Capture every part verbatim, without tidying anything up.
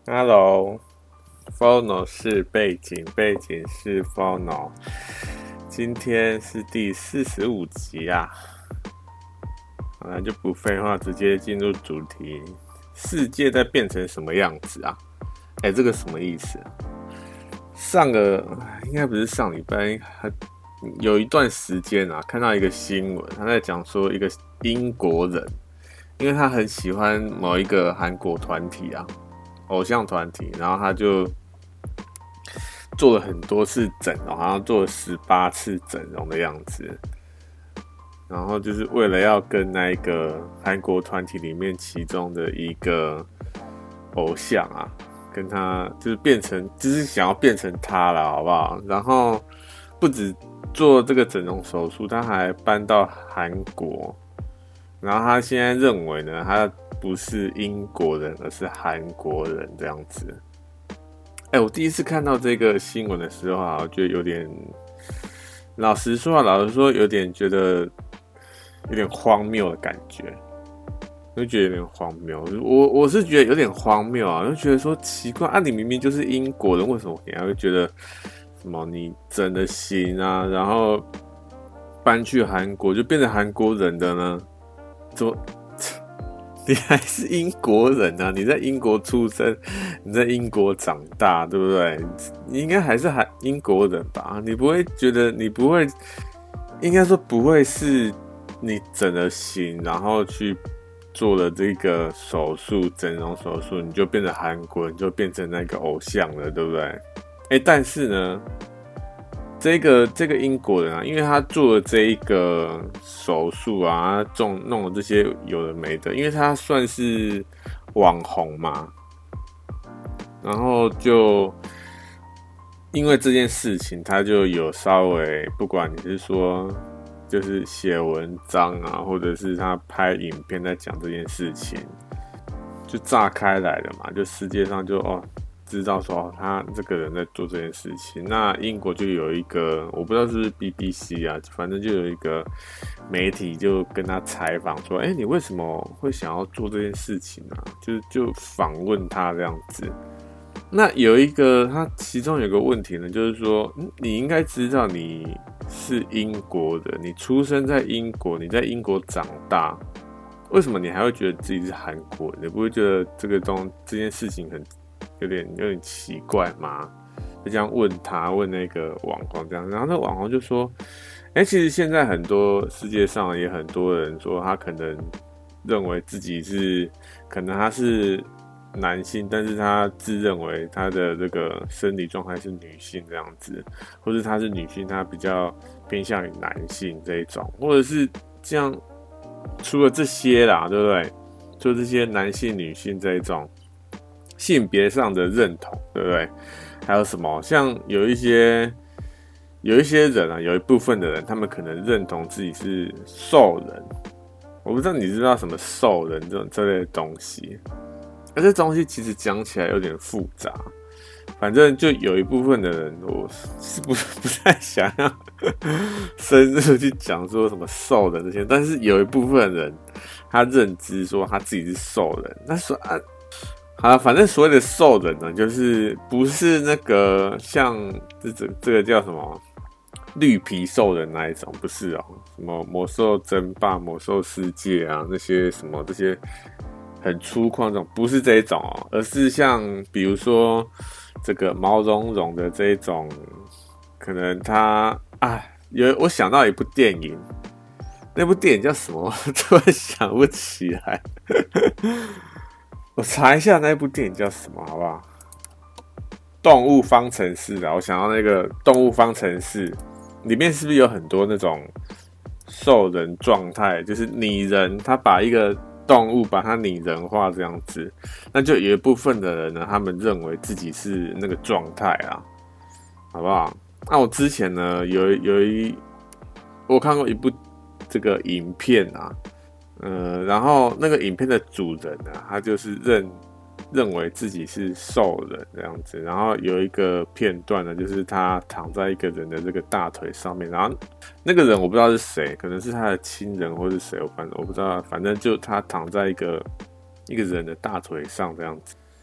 Hello，Phono 是背景，背景是 Phono。今天是第四十五集啊，好了，就不废话，直接进入主题。世界在变成什么样子啊？哎、欸，这个什么意思啊？上个应该不是上礼拜，有一段时间啊，看到一个新闻，他在讲说一个英国人，因为他很喜欢某一个韩国团体啊。偶像团体，然后他就做了很多次整容，好像做了十八次整容的样子，然后就是为了要跟那一个韩国团体里面其中的一个偶像啊，跟他就是变成，就是想要变成他了，好不好？然后不止做这个整容手术，他还搬到韩国，然后他现在认为呢，他不是英国人，而是韩国人这样子。哎、欸，我第一次看到这个新闻的时候啊，我觉得有点，老实说啊，老实说，有点觉得有点荒谬的感觉，就觉得有点荒谬。我我是觉得有点荒谬啊，就觉得说奇怪啊，你明明就是英国人，为什么你还会觉得什么你整了形啊，然后搬去韩国就变成韩国人的呢？怎么？你还是英国人啊！你在英国出生，你在英国长大，对不对？你应该还是韩英国人吧？你不会觉得你不会，应该说不会是你整了形，然后去做了这个手术，整容手术，你就变成韩国人，就变成那个偶像了，对不对？哎，但是呢。这个这个英国人啊，因为他做了这一个手术啊，他弄弄了这些有的没的，因为他算是网红嘛，然后就因为这件事情，他就有稍微不管你是说就是写文章啊，或者是他拍影片在讲这件事情，就炸开来了嘛，就世界上就哦。知道说他这个人在做这件事情，那英国就有一个，我不知道是不是 B B C 啊，反正就有一个媒体就跟他采访说，哎、欸，你为什么会想要做这件事情啊？就就访问他这样子。那有一个，他其中有个问题呢，就是说，嗯、你应该知道你是英国的，你出生在英国，你在英国长大，为什么你还会觉得自己是韩国人？你不会觉得这个东这件事情很？有点有点奇怪嘛，就这样问他，问那个网红这样，然后那网红就说：“哎、欸，其实现在很多世界上也很多人说，他可能认为自己是，可能他是男性，但是他自认为他的这个生理状态是女性这样子，或者他是女性，他比较偏向于男性这一种，或者是这样，除了这些啦，对不对？就这些男性、女性这一种。”性别上的认同，对不对？还有什么？像有一些有一些人啊，有一部分的人，他们可能认同自己是兽人。我不知道你知不知道什么兽人这种这类的东西，而这东西其实讲起来有点复杂。反正就有一部分的人，我是不不太想要深入去讲说什么兽人这些，但是有一部分人，他认知说他自己是兽人，那说啊。好了，反正所谓的兽人呢，就是不是那个像这这这个叫什么绿皮兽人那一种，不是哦，什么魔兽争霸、魔兽世界啊，那些什么这些很粗犷这种，不是这一种哦，而是像比如说这个毛茸茸的这一种，可能他啊有我想到一部电影，那部电影叫什么？我突然想不起来。我查一下那部电影叫什么，好不好？动物方程式啊，我想到那个动物方程式里面是不是有很多那种兽人状态，就是拟人，他把一个动物把它拟人化这样子，那就有一部分的人呢，他们认为自己是那个状态啊，好不好？那我之前呢有有一我看过一部这个影片啊。呃，然后那个影片的主人呢、啊，他就是认认为自己是兽人这样子，然后有一个片段呢，就是他躺在一个人的这个大腿上面，然后那个人我不知道是谁，可能是他的亲人或是谁，我反正我不知道，反正就他躺在一个一个人的大腿上这样子。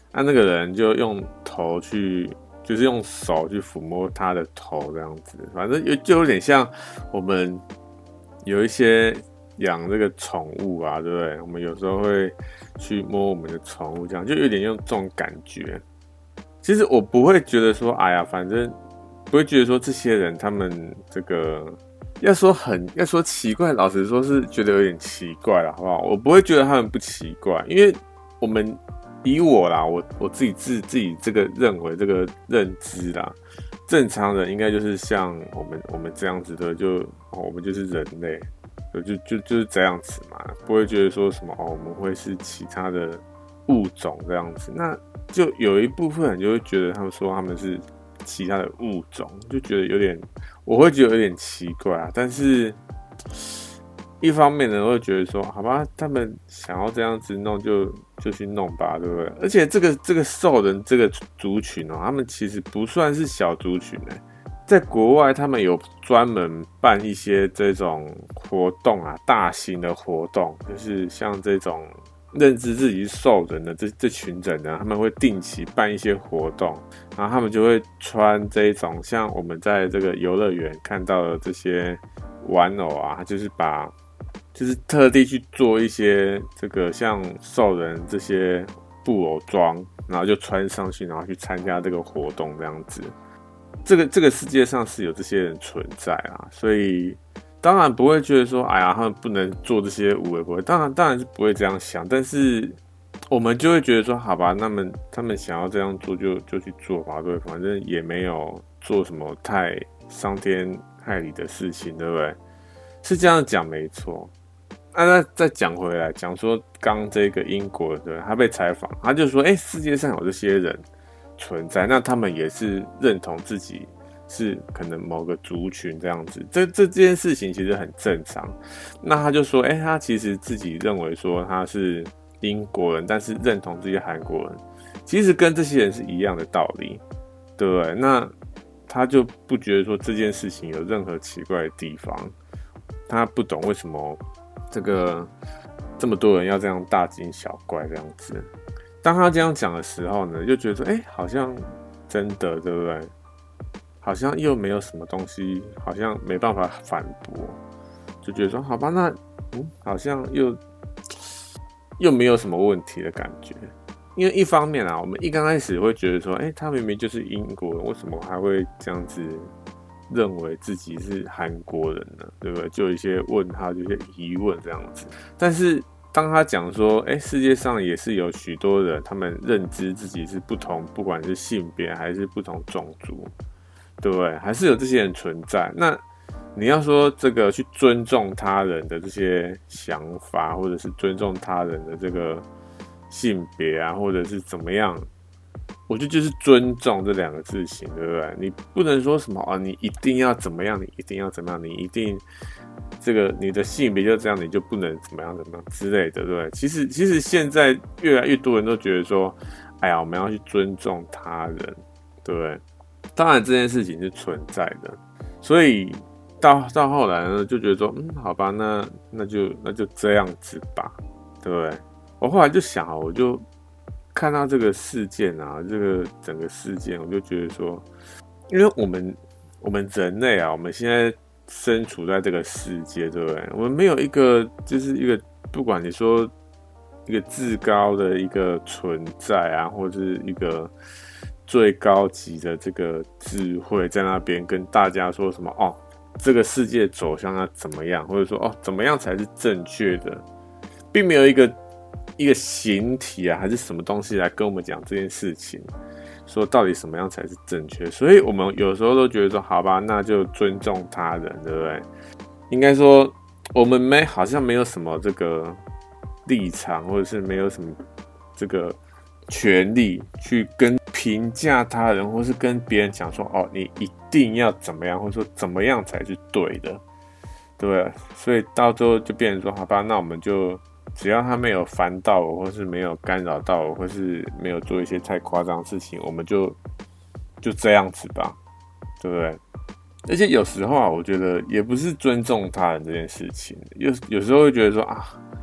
那、啊、那个人就用头去，就是用手去抚摸他的头这样子，反正就有点像我们有一些养这个宠物啊，对不对？我们有时候会去摸我们的宠物，这样就有点用这种感觉。其实我不会觉得说，哎呀，反正不会觉得说这些人他们这个要说很要说奇怪，老实说是觉得有点奇怪了，好不好？我不会觉得他们不奇怪，因为我们以我啦，我我自己自自己这个认为这个认知啦，正常人应该就是像我们我们这样子的，就、哦、我们就是人类，就就就就是这样子嘛，不会觉得说什么哦，我们会是其他的物种这样子，那就有一部分人就会觉得他们说他们是其他的物种，就觉得有点，我会觉得有点奇怪啊。但是，一方面呢，我会觉得说，好吧，他们想要这样子弄就，就就去弄吧，对不对？而且这个这个兽人这个族群哦，他们其实不算是小族群哎，在国外他们有专门办一些这种活动啊，大型的活动，就是像这种。认知自己是兽人的 这, 这群人呢，他们会定期办一些活动，然后他们就会穿这一种像我们在这个游乐园看到的这些玩偶啊，就是把就是特地去做一些这个像兽人这些布偶装，然后就穿上去，然后去参加这个活动这样子。这个这个世界上是有这些人存在啊，所以。当然不会觉得说，哎呀，他们不能做这些无为不为，当然当然是不会这样想，但是我们就会觉得说，好吧，那么他们想要这样做就就去做吧，对，反正也没有做什么太伤天害理的事情，对不对？是这样讲没错。那、啊、再再讲回来，讲说刚这个英国的，他被采访，他就说，哎、欸，世界上有这些人存在，那他们也是认同自己。是可能某个族群这样子，这这这件事情其实很正常。那他就说，哎、欸，他其实自己认为说他是英国人，但是认同自己韩国人，其实跟这些人是一样的道理，对不对？那他就不觉得说这件事情有任何奇怪的地方，他不懂为什么这个这么多人要这样大惊小怪这样子。当他这样讲的时候呢，就觉得说，哎、欸，好像真的，对不对？好像又没有什么东西，好像没办法反驳，就觉得说好吧，那嗯，好像又又没有什么问题的感觉。因为一方面啊，我们一刚开始会觉得说，哎、欸，他明明就是英国人，为什么还会这样子认为自己是韩国人呢？对不对？就有一些问号，就有一些疑问这样子。但是当他讲说，哎、欸，世界上也是有许多人，他们认知自己是不同，不管是性别还是不同种族。对不对？还是有这些人存在。那你要说这个去尊重他人的这些想法，或者是尊重他人的这个性别啊，或者是怎么样，我觉得就是尊重这两个字形，对不对？你不能说什么啊，你一定要怎么样，你一定要怎么样，你一定这个你的性别就这样，你就不能怎么样怎么样之类的，对不对？其实其实现在越来越多人都觉得说，哎呀，我们要去尊重他人，对不对？当然这件事情是存在的，所以到到后来呢，就觉得说，嗯，好吧，那那就那就这样子吧，对不对？我后来就想，我就看到这个事件啊，这个整个事件，我就觉得说，因为我们我们人类啊，我们现在身处在这个世界，对不对？我们没有一个就是一个，不管你说一个至高的一个存在啊，或者是一个。最高级的这个智慧在那边跟大家说什么哦，这个世界走向要怎么样，或者说哦怎么样才是正确的，并没有一个一个形体啊还是什么东西来跟我们讲这件事情，说到底什么样才是正确。所以我们有时候都觉得说，好吧，那就尊重他人，对不对？应该说我们没好像没有什么这个立场，或者是没有什么这个权利去跟评价他人，或是跟别人讲说，哦，你一定要怎么样，或者说怎么样才是对的，对不对？所以到最后就变成说，好吧，那我们就只要他没有烦到我，或是没有干扰到我，或是没有做一些太夸张的事情，我们就就这样子吧，对不对？而且有时候啊，我觉得也不是尊重他人这件事情，有有时候会觉得说啊，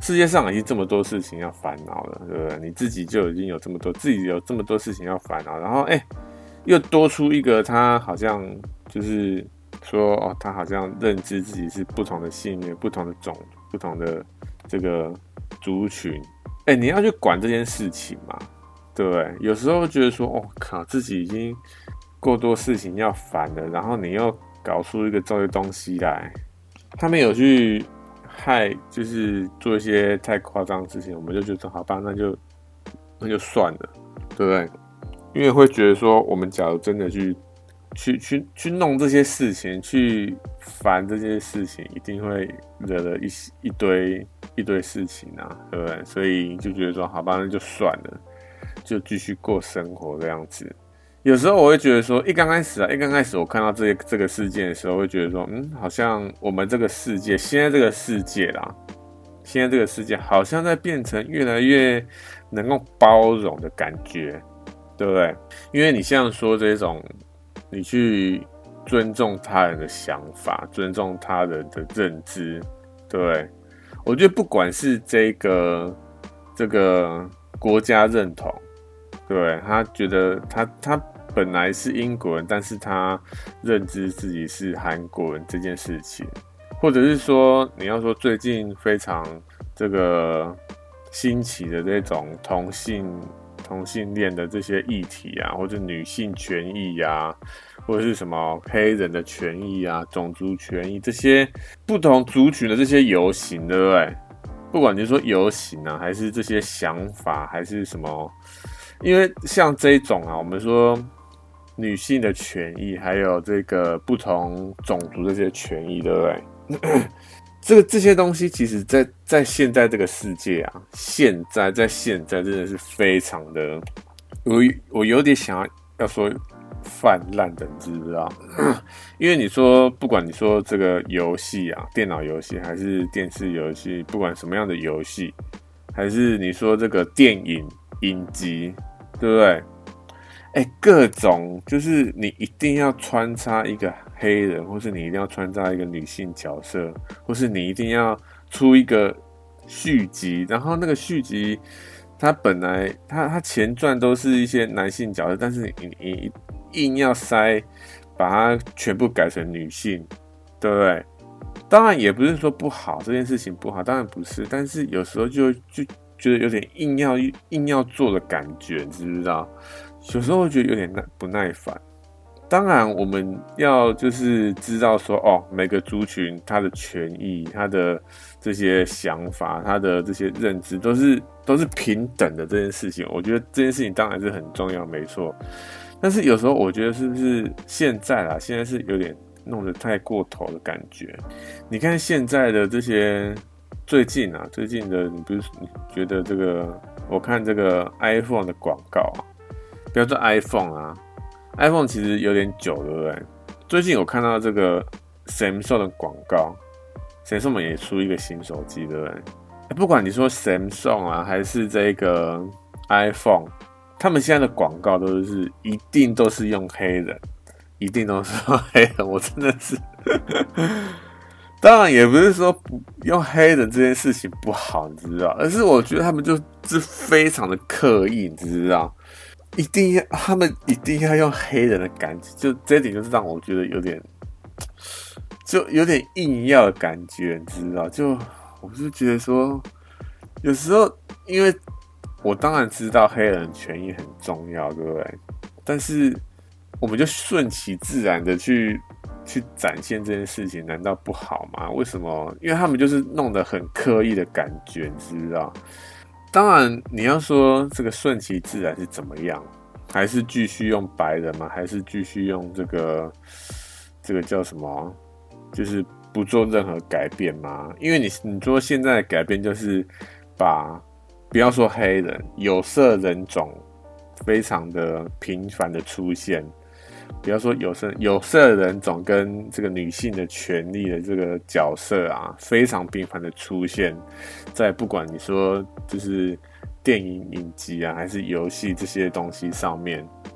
世界上已经这么多事情要烦恼了，对不对？你自己就已经有这么多，自己有这么多事情要烦恼，然后哎、欸，又多出一个他好像就是说哦，他好像认知自己是不同的性别、不同的种、不同的这个族群，哎、欸，你要去管这件事情嘛，对不对？有时候觉得说，哦靠，自己已经过多事情要烦了，然后你又搞出一个这些东西来，他没有去害，就是做一些太夸张的事情，我们就觉得好吧，那就那就算了，对不对？因为会觉得说，我们假如真的去去去去弄这些事情，去烦这些事情，一定会惹了一一堆一堆事情啊，对不对？所以就觉得说，好吧，那就算了，就继续过生活这样子。有时候我会觉得说，一刚开始啊，一刚开始我看到这这个事件的时候，会觉得说，嗯，好像我们这个世界，现在这个世界啦，现在这个世界好像在变成越来越能够包容的感觉，对不对？因为你像说这种，你去尊重他人的想法，尊重他人的认知，对不对？我觉得不管是这个这个国家认同，对不对？他觉得他他。本来是英国人，但是他认知自己是韩国人这件事情，或者是说你要说最近非常这个兴起的这种同性同性恋的这些议题啊，或者女性权益啊，或者是什么黑人的权益啊、种族权益这些不同族群的这些游行，对不对？不管你说游行啊，还是这些想法，还是什么，因为像这种啊，我们说。女性的权益，还有这个不同种族的这些权益，对不对？这个这些东西，其实在在现在这个世界啊，现在在现在真的是非常的，我我有点想要要说泛滥的，你知不知道？因为你说，不管你说这个游戏啊，电脑游戏还是电视游戏，不管什么样的游戏，还是你说这个电影影集，对不对？哎、欸，各种就是你一定要穿插一个黑人，或是你一定要穿插一个女性角色，或是你一定要出一个续集，然后那个续集它本来它它前传都是一些男性角色，但是你你硬要塞把它全部改成女性，对不对？当然也不是说不好，这件事情不好，当然不是，但是有时候就就觉得有点硬要硬要做的感觉，你知不知道？有时候会觉得有点不耐烦。当然，我们要就是知道说，哦，每个族群他的权益、他的这些想法、他的这些认知都是都是平等的这件事情，我觉得这件事情当然是很重要，没错。但是有时候我觉得是不是现在啦，现在是有点弄得太过头的感觉。你看现在的这些最近啊，最近的你不是你觉得这个？我看这个 iPhone 的广告啊。不要说 iPhone 啊 ，iPhone 其实有点久，对不对？最近我看到这个 Samsung 的广告 ，Samsung 也出一个新手机，对不对？不管你说 Samsung 啊，还是这个 iPhone， 他们现在的广告都是一定都是用黑人，一定都是用黑人，我真的是，当然也不是说用黑人这件事情不好，你知道，而是我觉得他们就是非常的刻意，你知道。一定要，他们一定要用黑人的感觉，就这一点就是让我觉得有点，就有点硬要的感觉，你知道？就我是觉得说，有时候因为我当然知道黑人权益很重要，对不对？但是我们就顺其自然的去去展现这件事情，难道不好吗？为什么？因为他们就是弄得很刻意的感觉，你知道？当然，你要说这个顺其自然是怎么样？还是继续用白人吗？还是继续用这个这个叫什么？就是不做任何改变吗？因为你你说现在的改变就是把不要说黑人，有色人种非常的频繁的出现。不要说有色有色人种跟这个女性的权利的这个角色啊，非常频繁的出现在不管你说就是电影影集啊，还是游戏这些东西上面，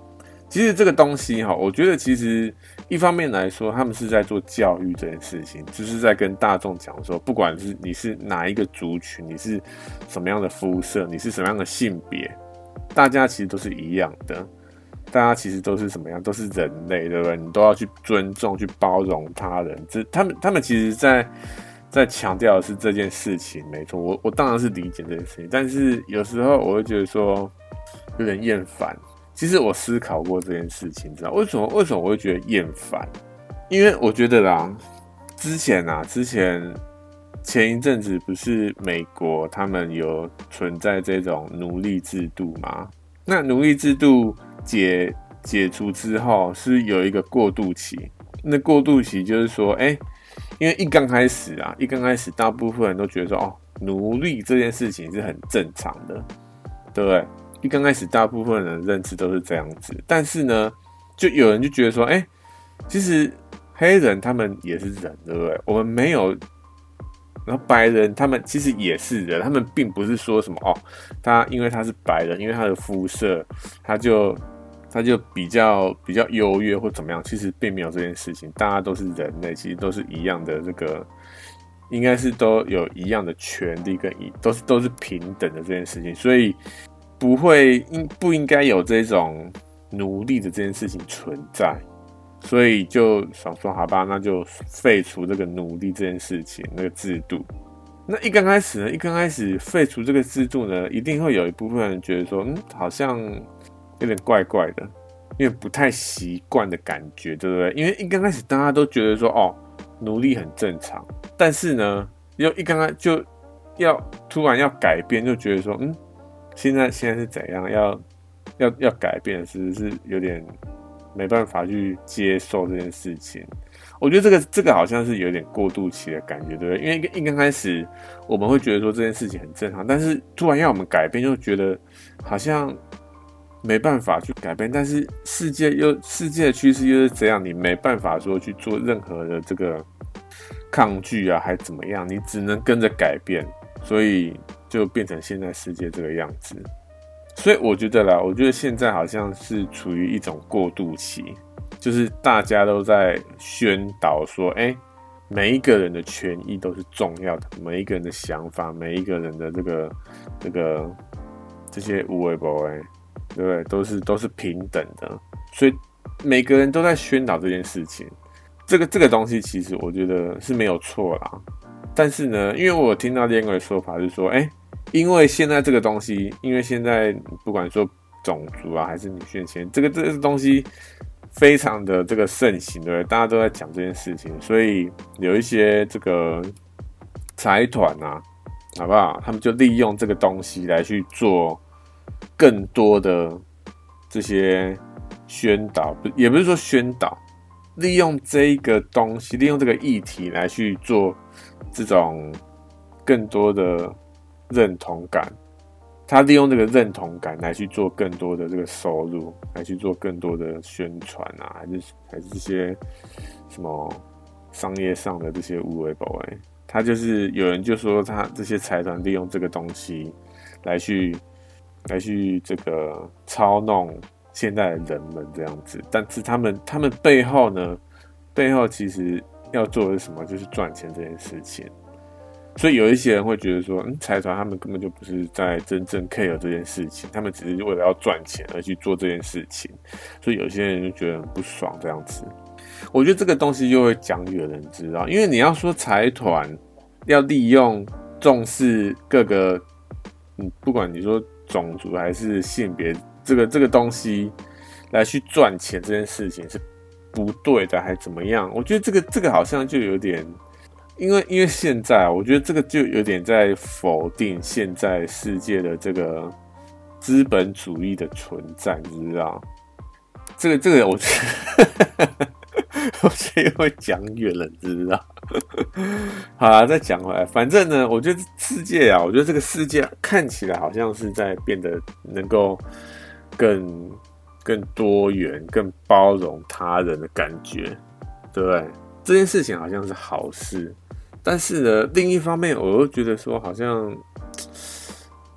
其实这个东西哈，我觉得其实一方面来说，他们是在做教育这件事情，就是在跟大众讲说，不管是你是哪一个族群，你是什么样的肤色，你是什么样的性别，大家其实都是一样的，大家其实都是什么样，都是人类，对不对？你都要去尊重、去包容他人。这他们他们其实在在强调的是这件事情，没错。我我当然是理解这件事情，但是有时候我会觉得说有点厌烦。其实我思考过这件事情，知道为什么？为什么我会觉得厌烦？因为我觉得啦，之前啊，之前前一阵子不是美国他们有存在这种奴隶制度吗？那奴隶制度解解除之后，是有一个过渡期。那过渡期就是说，哎、欸，因为一刚开始啊，一刚开始，大部分人都觉得说，哦，奴隶这件事情是很正常的，对不对？一刚开始，大部分人的认知都是这样子，但是呢，就有人就觉得说，哎、欸，其实黑人他们也是人，对不对？我们没有，然后白人他们其实也是人，他们并不是说什么哦，他因为他是白人，因为他的肤色，他就他就比较比较优越或怎么样，其实并没有这件事情，大家都是人类，其实都是一样的，这个应该是都有一样的权利跟都是都是平等的这件事情，所以。不会应不应该有这种奴隶的这件事情存在，所以就想说好吧，那就废除这个奴隶这件事情那个制度。那一刚开始呢，一刚开始废除这个制度呢，一定会有一部分人觉得说，嗯，好像有点怪怪的，因为不太习惯的感觉，对不对？因为一刚开始大家都觉得说，哦，奴隶很正常，但是呢，又一刚开就要突然要改变，就觉得说，嗯。现在现在是怎样？要要要改变，是不是有点没办法去接受这件事情？我觉得这个这个好像是有点过渡期的感觉，对不对？因为一刚开始我们会觉得说这件事情很正常，但是突然要我们改变，就觉得好像没办法去改变。但是世界又世界的趋势又是这样，你没办法说去做任何的这个抗拒啊，还怎么样？你只能跟着改变，所以。就变成现在世界这个样子，所以我觉得啦，我觉得现在好像是处于一种过渡期，就是大家都在宣导说，哎、欸，每一个人的权益都是重要的，每一个人的想法，每一个人的这个这个这些有的没的，对不对？都是都是平等的，所以每个人都在宣导这件事情。这个这个东西其实我觉得是没有错啦。但是呢，因为我有听到另外一个说法是说，哎、欸，因为现在这个东西，因为现在不管说种族啊还是女性权，这个这个东西非常的这个盛行，对不对？大家都在讲这件事情，所以有一些这个财团啊，好不好？他们就利用这个东西来去做更多的这些宣导，也不是说宣导，利用这个东西，利用这个议题来去做。这种更多的认同感，他利用这个认同感来去做更多的这个收入，来去做更多的宣传啊，还是还是这些什么商业上的这些有的没的，他就是有人就说他这些财团利用这个东西来去来去这个操弄现在的人们这样子，但是他们他们背后呢，背后其实。要做的是什么？就是赚钱这件事情。所以有一些人会觉得说，嗯，财团他们根本就不是在真正 care 这件事情，他们只是为了要赚钱而去做这件事情。所以有些人就觉得很不爽这样子。我觉得这个东西就会讲远人知道，因为你要说财团要利用重视各个，嗯，不管你说种族还是性别，这个这个东西来去赚钱这件事情是。不对的还怎么样？我觉得这个这个好像就有点，因为因为现在我觉得这个就有点在否定现在世界的这个资本主义的存在，你知道？这个这个我觉得我觉得会讲远了，你知道？好啦，再讲回来，反正呢，我觉得世界啊，我觉得这个世界看起来好像是在变得能够更。更多元、更包容他人的感觉，对不对？这件事情好像是好事，但是呢，另一方面，我又觉得说，好像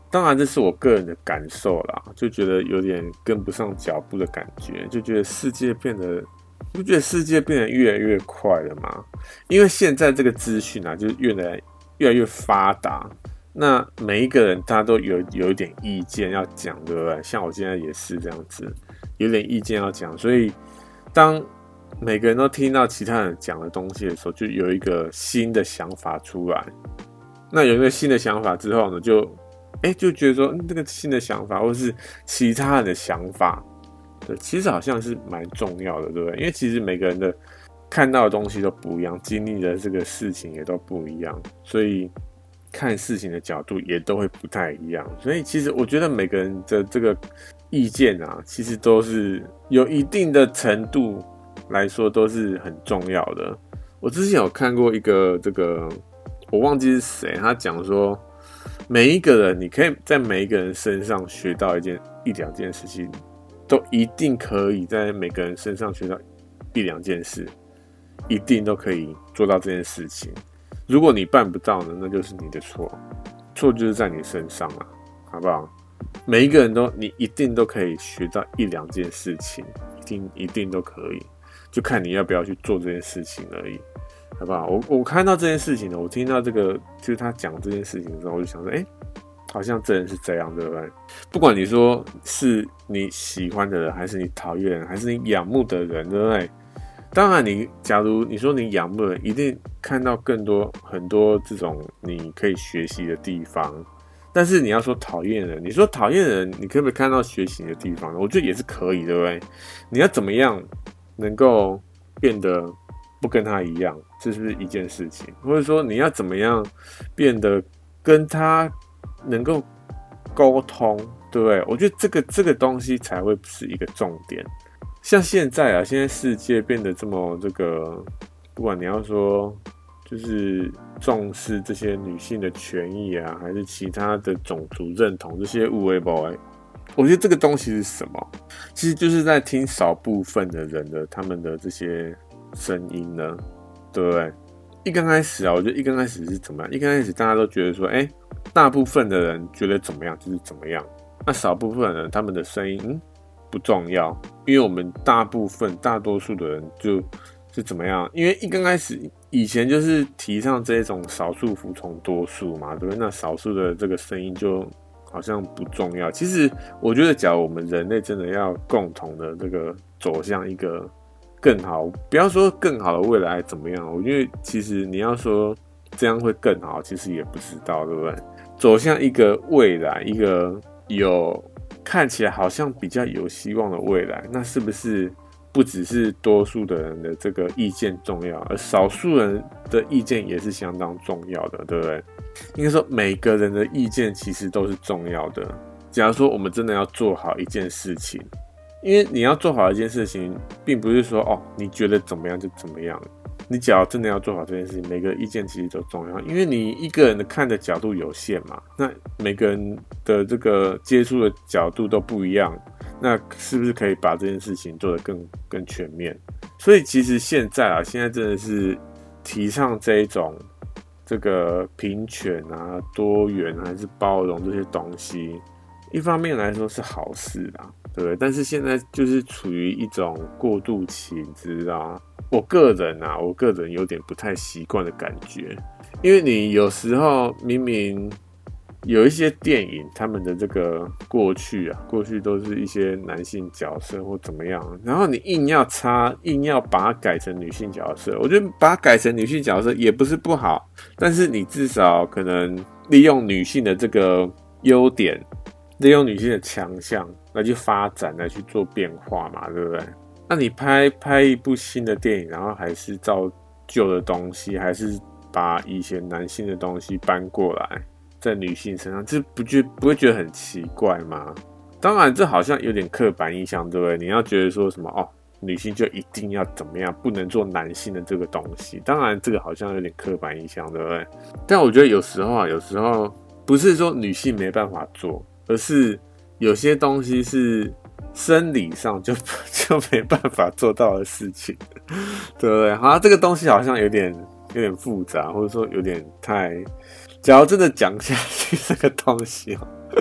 当然这是我个人的感受啦，就觉得有点跟不上脚步的感觉，就觉得世界变得，不觉得世界变得越来越快了吗？因为现在这个资讯啊，就是越来越来越发达，那每一个人他都有有一点意见要讲，对不对？像我现在也是这样子，有点意见要讲，所以当每个人都听到其他人讲的东西的时候，就有一个新的想法出来。那有一个新的想法之后呢，就哎、欸，就觉得说，嗯，这个新的想法，或是其他人的想法，对，其实好像是蛮重要的，对不对？因为其实每个人的看到的东西都不一样，经历的这个事情也都不一样，所以看事情的角度也都会不太一样。所以其实我觉得每个人的这个意见啊，其实都是有一定的程度来说都是很重要的。我之前有看过一个这个，我忘记是谁，他讲说，每一个人，你可以在每一个人身上学到一件一两件事情，都一定可以在每个人身上学到一两件事，一定都可以做到这件事情。如果你办不到呢，那就是你的错，错就是在你身上了，好不好？每一个人都，你一定都可以学到一两件事情，一定一定都可以，就看你要不要去做这件事情而已。好不好？我我看到这件事情呢，我听到这个就是他讲这件事情的时候，我就想说，哎、欸，好像真的是这样，对不对？不管你说是你喜欢的人，还是你讨厌的人，还是你仰慕的人，对不对？当然你，你假如你说你仰慕的人，一定看到更多很多这种你可以学习的地方。但是你要说讨厌的人，你说讨厌的人，你可不可以看到学习的地方呢？我觉得也是可以，对不对？你要怎么样能够变得不跟他一样，这是不是一件事情？或者说你要怎么样变得跟他能够沟通，对不对？我觉得这个这个东西才会是一个重点。像现在啊，现在世界变得这么这个，不管你要说就是重视这些女性的权益啊，还是其他的种族认同这些有的没的，我觉得这个东西是什么？其实就是在听少部分的人的他们的这些声音呢，对不对？一刚开始啊，我觉得一刚开始是怎么样？一刚开始大家都觉得说，哎、欸，大部分的人觉得怎么样就是怎么样，那少部分的人他们的声音，嗯，不重要，因为我们大部分大多数的人就是怎么样？因为一刚开始以前就是提倡这种少数服从多数嘛，对不对？那少数的这个声音就好像不重要。其实我觉得，假如我们人类真的要共同的这个走向一个更好，不要说更好的未来怎么样，我觉得其实你要说这样会更好，其实也不知道，对不对？走向一个未来，一个有看起来好像比较有希望的未来，那是不是不只是多数的人的这个意见重要，而少数人的意见也是相当重要的，对不对？应该说每个人的意见其实都是重要的。假如说我们真的要做好一件事情，因为你要做好一件事情，并不是说哦你觉得怎么样就怎么样。你只要真的要做好这件事情，每个意见其实都重要，因为你一个人的看的角度有限嘛，那每个人的这个接触的角度都不一样，那是不是可以把这件事情做得更更全面？所以其实现在啊，现在真的是提倡这一种这个平权啊、多元还是包容这些东西，一方面来说是好事啊，对不对？但是现在就是处于一种过渡期，你知道吗？我个人啊，我个人有点不太习惯的感觉，因为你有时候明明有一些电影，他们的这个过去啊，过去都是一些男性角色或怎么样，然后你硬要插，硬要把它改成女性角色，我觉得把它改成女性角色也不是不好，但是你至少可能利用女性的这个优点，利用女性的强项来去发展，来去做变化嘛，对不对？那你拍拍一部新的电影，然后还是照旧的东西，还是把以前男性的东西搬过来在女性身上，这不觉不会觉得很奇怪吗？当然，这好像有点刻板印象，对不对？你要觉得说什么哦，女性就一定要怎么样，不能做男性的这个东西。当然，这个好像有点刻板印象，对不对？但我觉得有时候啊，有时候不是说女性没办法做，而是有些东西是生理上就就没办法做到的事情，对不对？好，这个东西好像有点有点复杂，或者说有点太，假如真的讲下去这个东西哦，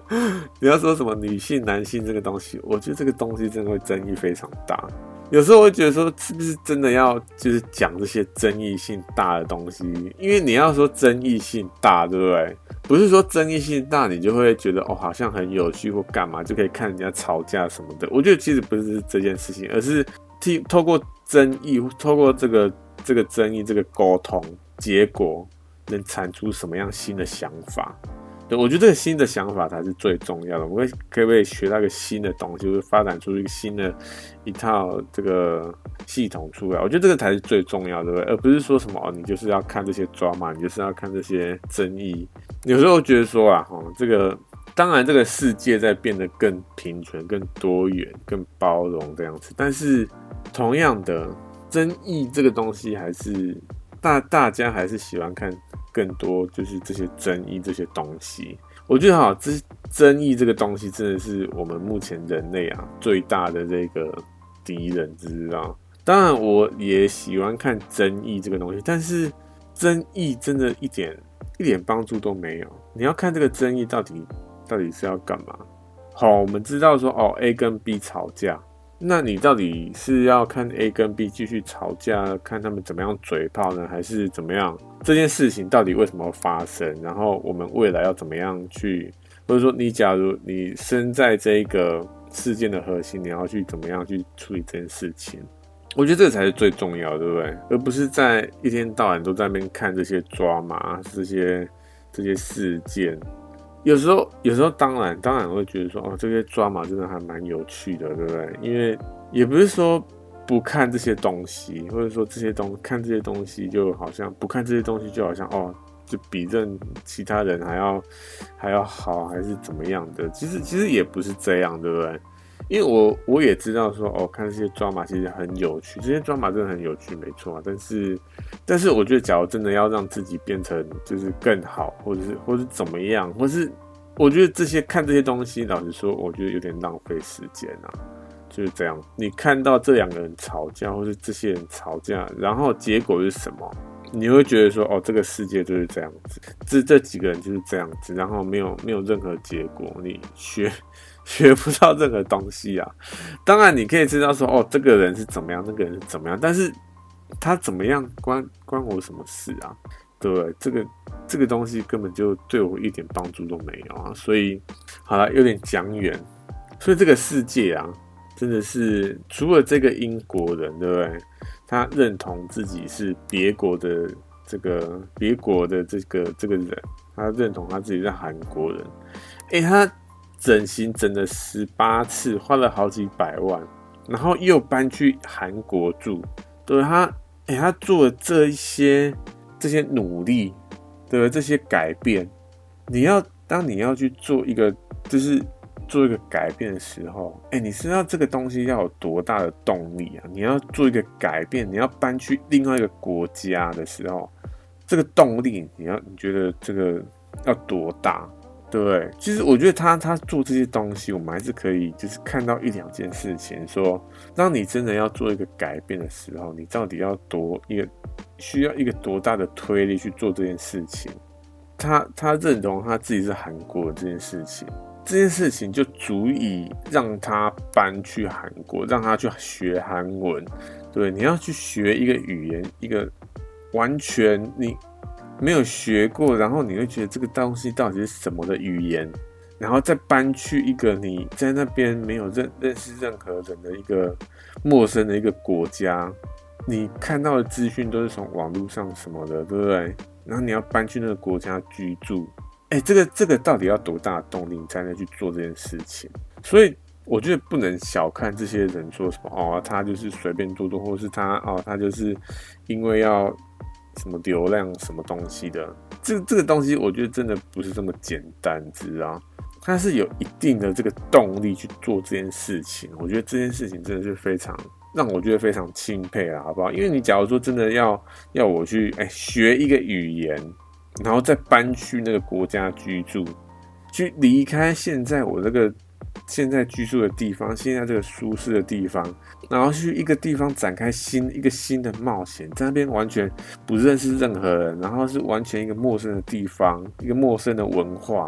你要说什么女性、男性这个东西，我觉得这个东西真的会争议非常大。有时候我会觉得说，是不是真的要就是讲这些争议性大的东西？因为你要说争议性大，对不对？不是说争议性大，你就会觉得哦，好像很有趣或干嘛，就可以看人家吵架什么的。我觉得其实不是这件事情，而是透过争议，透过这个这个争议、这个沟通，结果能产出什么样新的想法。对，我觉得这个新的想法才是最重要的。我们可不可以学到一个新的东西，或者发展出一个新的一套这个系统出来？我觉得这个才是最重要的，对不对？而不是说什么哦，你就是要看这些drama，你就是要看这些争议。有时候觉得说啊，哦，这个当然这个世界在变得更平权、更多元、更包容这样子，但是同样的争议这个东西还是大大家还是喜欢看。更多就是这些争议这些东西，我觉得哈，这争议这个东西真的是我们目前人类啊最大的这个敌人，知道？当然，我也喜欢看争议这个东西，但是争议真的一点一点帮助都没有。你要看这个争议到底到底是要干嘛？好，我们知道说哦 ，A 跟 B 吵架。那你到底是要看 A 跟 B 继续吵架，看他们怎么样嘴炮呢，还是怎么样？这件事情到底为什么会发生？然后我们未来要怎么样去，或者说你假如你身在这个事件的核心，你要去怎么样去处理这件事情？我觉得这个才是最重要的，对不对？而不是在一天到晚都在那边看这些drama，这些这些事件。有时候，有时候当然，当然我会觉得说，哦，这些drama真的还蛮有趣的，对不对？因为也不是说不看这些东西，或者说这些东看这些东西就好像不看这些东西就好像哦，就比任其他人还要还要好，还是怎么样的？其实其实也不是这样，对不对？因为我我也知道说，哦，看这些drama其实很有趣，这些drama真的很有趣，没错啊。但是，但是我觉得，假如真的要让自己变成就是更好，或者是或是怎么样，或是我觉得这些看这些东西，老实说，我觉得有点浪费时间啊。就是这样，你看到这两个人吵架，或是这些人吵架，然后结果是什么？你会觉得说，哦，这个世界就是这样子，这这几个人就是这样子，然后没有没有任何结果，你学学不到任何东西啊。当然，你可以知道说，哦，这个人是怎么样，那个人是怎么样，但是他怎么样关关我什么事啊？对不对？这个这个东西根本就对我一点帮助都没有啊。所以，好了，有点讲远。所以这个世界啊，真的是除了这个英国人，对不对？他认同自己是别国的这个别国的这个这个人，他认同他自己是韩国人。哎，他整形整了十八次，花了好几百万，然后又搬去韩国住。对他，哎，他做了这一些这些努力，对不对？这些改变，你要当你要去做一个就是做一个改变的时候，哎，你知道这个东西要有多大的动力啊？你要做一个改变，你要搬去另外一个国家的时候，这个动力，你要你觉得这个要多大？对不对？其实我觉得他他做这些东西，我们还是可以就是看到一两件事情，说当你真的要做一个改变的时候，你到底要多一个需要一个多大的推力去做这件事情？他他认同他自己是韩国的这件事情。这件事情就足以让他搬去韩国，让他去学韩文。对，你要去学一个语言，一个完全你没有学过，然后你会觉得这个东西到底是什么的语言，然后再搬去一个你在那边没有 认, 认识任何人的一个陌生的一个国家，你看到的资讯都是从网络上什么的，对不对？然后你要搬去那个国家居住。哎、欸，这个这个到底要多大的动力，你才能去做这件事情？所以我觉得不能小看这些人说什么哦，他就是随便做做，或是他哦，他就是因为要什么流量什么东西的。这这个东西，我觉得真的不是这么简单，知道？他是有一定的这个动力去做这件事情。我觉得这件事情真的是非常让我觉得非常钦佩啦，好不好？因为你假如说真的要要我去哎、欸、学一个语言。然后再搬去那个国家居住，去离开现在我这个现在居住的地方，现在这个舒适的地方，然后去一个地方展开新一个新的冒险，在那边完全不认识任何人，然后是完全一个陌生的地方，一个陌生的文化，对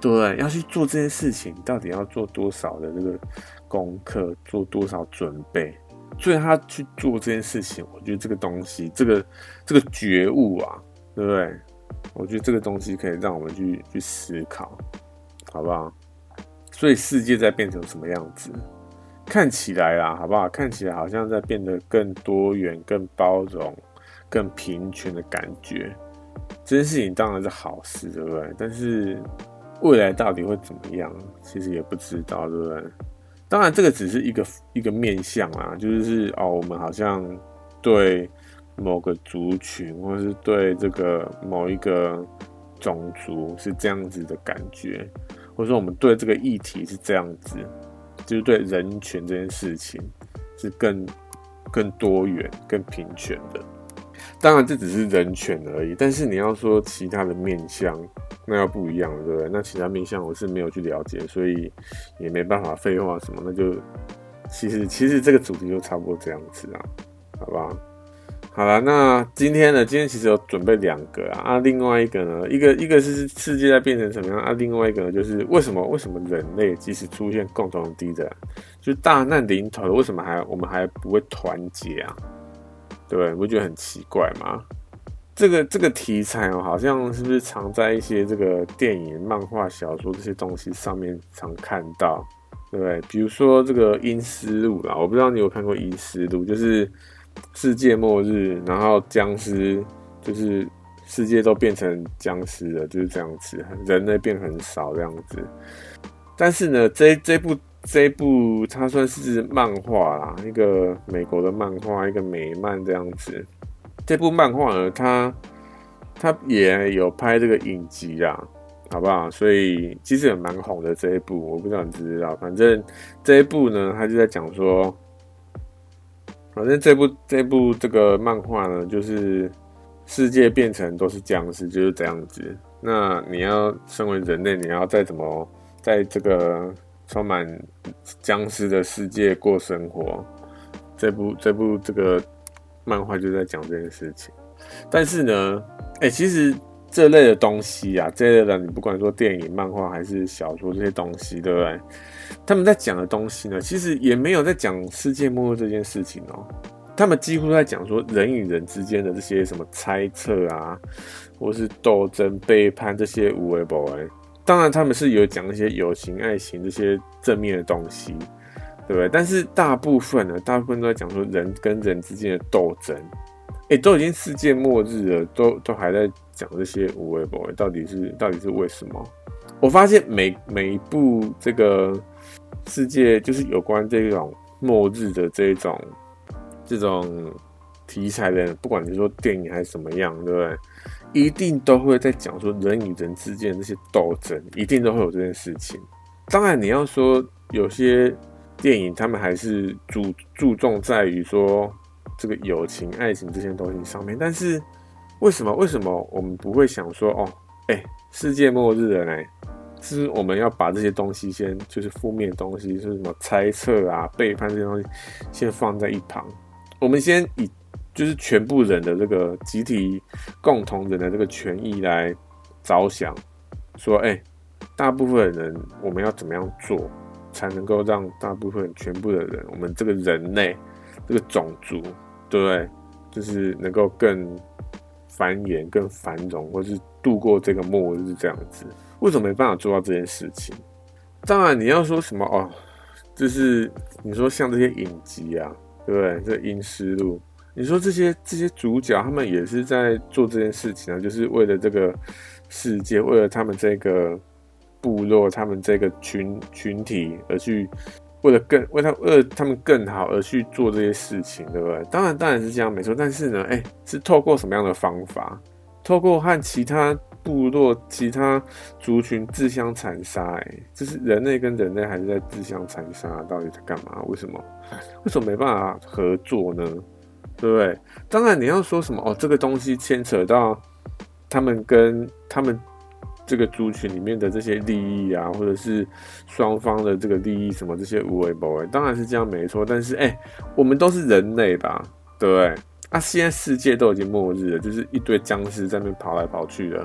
对不对？要去做这件事情，到底要做多少的这个功课，做多少准备？所以他去做这件事情，我觉得这个东西，这个这个觉悟啊，对不对？我觉得这个东西可以让我们去去思考，好不好？所以世界在变成什么样子？看起来啦，好不好？看起来好像在变得更多元、更包容、更平权的感觉。这件事情当然是好事，对不对？但是未来到底会怎么样，其实也不知道，对不对？当然，这个只是一个一个面向啦，就是哦，我们好像对某个族群，或是对这个某一个种族是这样子的感觉，或者说我们对这个议题是这样子，就是对人权这件事情是更更多元、更平权的。当然，这只是人权而已，但是你要说其他的面向，那要不一样，对不对？那其他面向我是没有去了解，所以也没办法废话什么，那就其实其实这个主题就差不多这样子啊，好不好？好了，那今天呢？今天其实有准备两个啊，啊，另外一个呢，一个一个是世界在变成什么样啊，另外一个呢就是为什么为什么人类即使出现共同敌人，就是大难临头了，为什么还我们还不会团结啊？对不对？你不觉得很奇怪吗？这个这个题材哦，好像是不是常在一些这个电影、漫画、小说这些东西上面常看到，对不对？比如说这个《阴尸路》啦，我不知道你有看过《阴尸路》，就是世界末日，然后僵尸就是世界都变成僵尸了，就是这样子，人类变很少这样子。但是呢，这这部这一部它算是漫画啦，一个美国的漫画，一个美漫这样子。这部漫画呢，它它也有拍这个影集啦，好不好？所以其实也蛮红的这一部，我不知道你知不知道。反正这一部呢，它就在讲说，反正这部这部这个漫画呢，就是世界变成都是僵尸，就是这样子。那你要身为人类，你要再怎么在这个充满僵尸的世界过生活？这部这部这个漫画就在讲这件事情。但是呢，哎、欸，其实这类的东西啊，这类的你不管说电影、漫画还是小说这些东西，对不对？他们在讲的东西呢，其实也没有在讲世界末日这件事情哦。他们几乎在讲说人与人之间的这些什么猜测啊，或是斗争、背叛这些有的没的。当然，他们是有讲一些友情、爱情这些正面的东西，对不对？但是大部分呢，大部分都在讲说人跟人之间的斗争。哎，都已经世界末日了，都都还在讲这些有的没的，到底是到底是为什么？我发现每每一部这个世界就是有关这种末日的这种这种题材的，不管你说电影还是什么样，对不对？一定都会在讲说人与人之间的这些斗争，一定都会有这件事情。当然，你要说有些电影他们还是注注重在于说这个友情、爱情这些东西上面，但是为什么为什么我们不会想说哦，哎、欸，世界末日了呢？是我们要把这些东西先就是负面的东西，就是什么猜测啊、背叛这些东西，先放在一旁。我们先以就是全部人的这个集体共同人的这个权益来着想，说，哎、欸，大部分人我们要怎么样做，才能够让大部分全部的人，我们这个人类这个种族，对不对？就是能够更繁衍、更繁荣，或是度过这个末日这样子。为什么没办法做到这件事情？当然，你要说什么哦，就是你说像这些影集啊，对不对？这阴尸路，你说这些这些主角，他们也是在做这件事情啊，就是为了这个世界，为了他们这个部落，他们这个群群体而去，为了更为他为了他们更好而去做这些事情，对不对？当然，当然是这样没错。但是呢，哎、欸，是透过什么样的方法？透过和其他部落、其他族群自相残杀，哎，就是人类跟人类还是在自相残杀，到底在干嘛？为什么？为什么没办法合作呢？对不对？当然你要说什么哦，这个东西牵扯到他们跟他们这个族群里面的这些利益啊，或者是双方的这个利益什么这些有的没的，当然是这样没错。但是哎、欸，我们都是人类吧，对不对？啊，现在世界都已经末日了，就是一堆僵尸在那边跑来跑去了。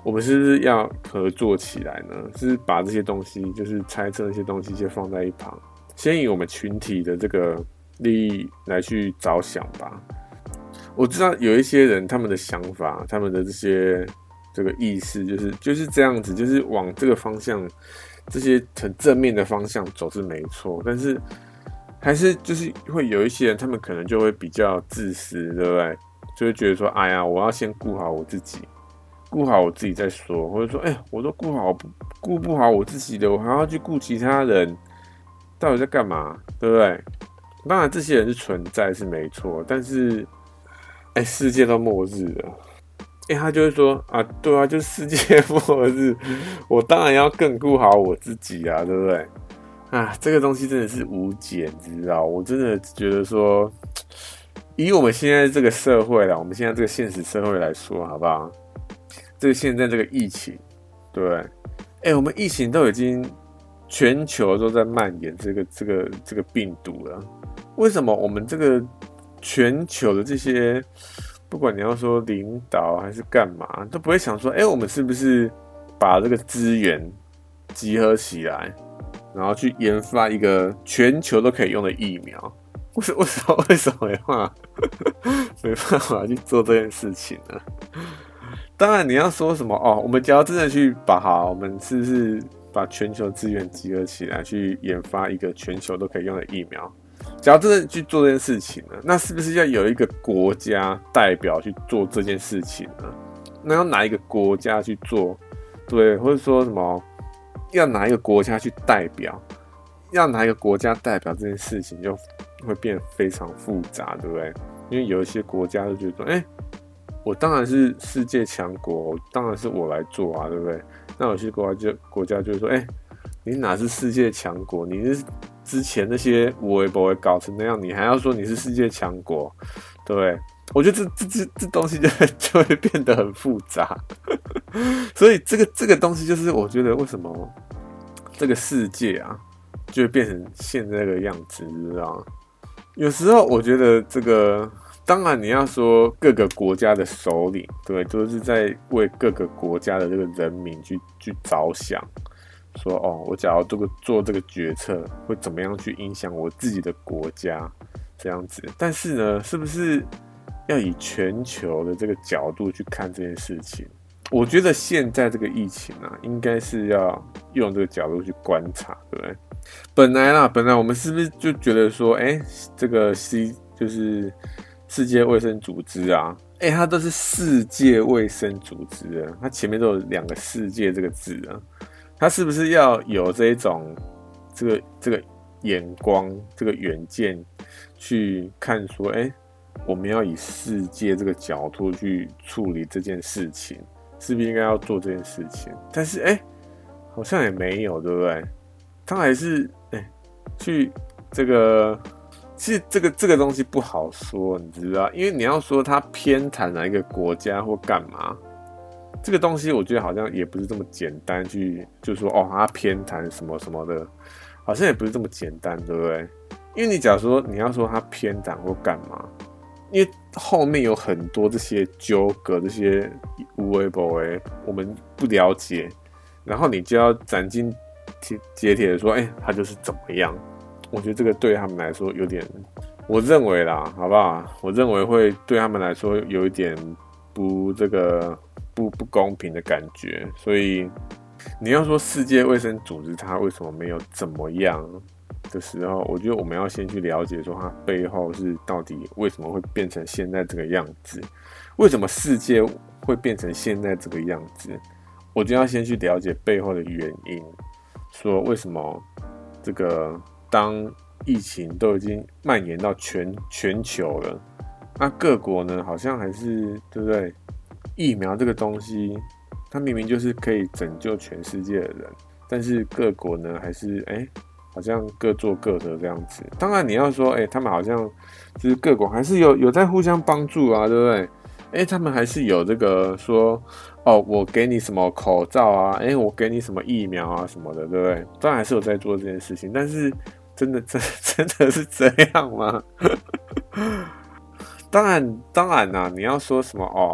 我们是不是要合作起来呢？是把这些东西，就是猜测那些东西，先放在一旁，先以我们群体的这个利益来去着想吧。我知道有一些人他们的想法，他们的这些这个意识，就是就是这样子，就是往这个方向，这些很正面的方向走是没错，但是还是就是会有一些人，他们可能就会比较自私，对不对？就会觉得说，哎呀，我要先顾好我自己。顾好我自己再说，或者说，哎、欸，我都顾好顾不好我自己的，我还要去顾其他人，到底在干嘛？对不对？当然，这些人是存在是没错，但是，哎、欸，世界都末日了，哎、欸，他就会说啊，对啊，就是世界末日，我当然要更顾好我自己啊，对不对？啊，这个东西真的是无解，你知道？我真的觉得说，以我们现在这个社会啦，我们现在这个现实社会来说，好不好？这个现在这个疫情，对不对？哎、欸，我们疫情都已经全球都在蔓延这个这个这个病毒了，为什么我们这个全球的这些，不管你要说领导还是干嘛，都不会想说，哎、欸，我们是不是把这个资源集合起来，然后去研发一个全球都可以用的疫苗？为什为什么为什么没办法没办法去做这件事情呢？当然，你要说什么哦？我们只要真的去把好，我们是不是把全球资源集合起来，去研发一个全球都可以用的疫苗？只要真的去做这件事情呢，那是不是要有一个国家代表去做这件事情呢？那要哪一个国家去做？对，或者说什么要哪一个国家去代表？要哪一个国家代表这件事情，就会变得非常复杂，对不对？因为有一些国家就觉得说，哎、欸。我当然是世界强国，当然是我来做啊，对不对？那有些国家就国家就会说，哎、欸，你哪是世界强国？你是之前那些我也不会搞成那样，你还要说你是世界强国，对不对？我觉得这这这这东西就会就会变得很复杂，所以这个这个东西就是我觉得为什么这个世界啊，就会变成现在这个样子，你知道吗？有时候我觉得这个。当然，你要说各个国家的首领，对，都是在为各个国家的这个人民去去着想，说哦，我假如这个做这个决策，会怎么样去影响我自己的国家，这样子。但是呢，是不是要以全球的这个角度去看这件事情？我觉得现在这个疫情啊，应该是要用这个角度去观察，对不对？本来啦，本来我们是不是就觉得说，哎、欸，这个 C 就是世界卫生组织啊，哎、欸，它都是世界卫生组织啊，它前面都有两个世界这个字啊，它是不是要有这一种这个这个眼光、这个远见去看说，哎、欸，我们要以世界这个角度去处理这件事情，是不是应该要做这件事情？但是，哎、欸，好像也没有，对不对？它还是哎、欸，去这个。其实这个这个东西不好说，你知道，因为你要说它偏袒哪一个国家或干嘛，这个东西我觉得好像也不是这么简单去，就说哦，它偏袒什么什么的，好像也不是这么简单，对不对？因为你假如说你要说它偏袒或干嘛，因为后面有很多这些纠葛，这些无为不为，我们不了解，然后你就要斩钉截铁的说，哎、欸，它就是怎么样。我觉得这个对他们来说有点，我认为啦，好不好？我认为会对他们来说有一点不这个不不公平的感觉。所以你要说世界卫生组织它为什么没有怎么样的时候，我觉得我们要先去了解说它背后是到底为什么会变成现在这个样子，为什么世界会变成现在这个样子？我就要先去了解背后的原因，说为什么这个。当疫情都已经蔓延到全全球了，那各国呢，好像还是对不对？疫苗这个东西，它明明就是可以拯救全世界的人，但是各国呢，还是哎、欸，好像各做各的这样子。当然，你要说哎、欸，他们好像就是各国还是有有在互相帮助啊，对不对？哎、欸，他们还是有这个说哦，我给你什么口罩啊，哎、欸，我给你什么疫苗啊什么的，对不对？当然还是有在做这件事情，但是。真的真真的是这样吗？当然当然啦、啊，你要说什么哦，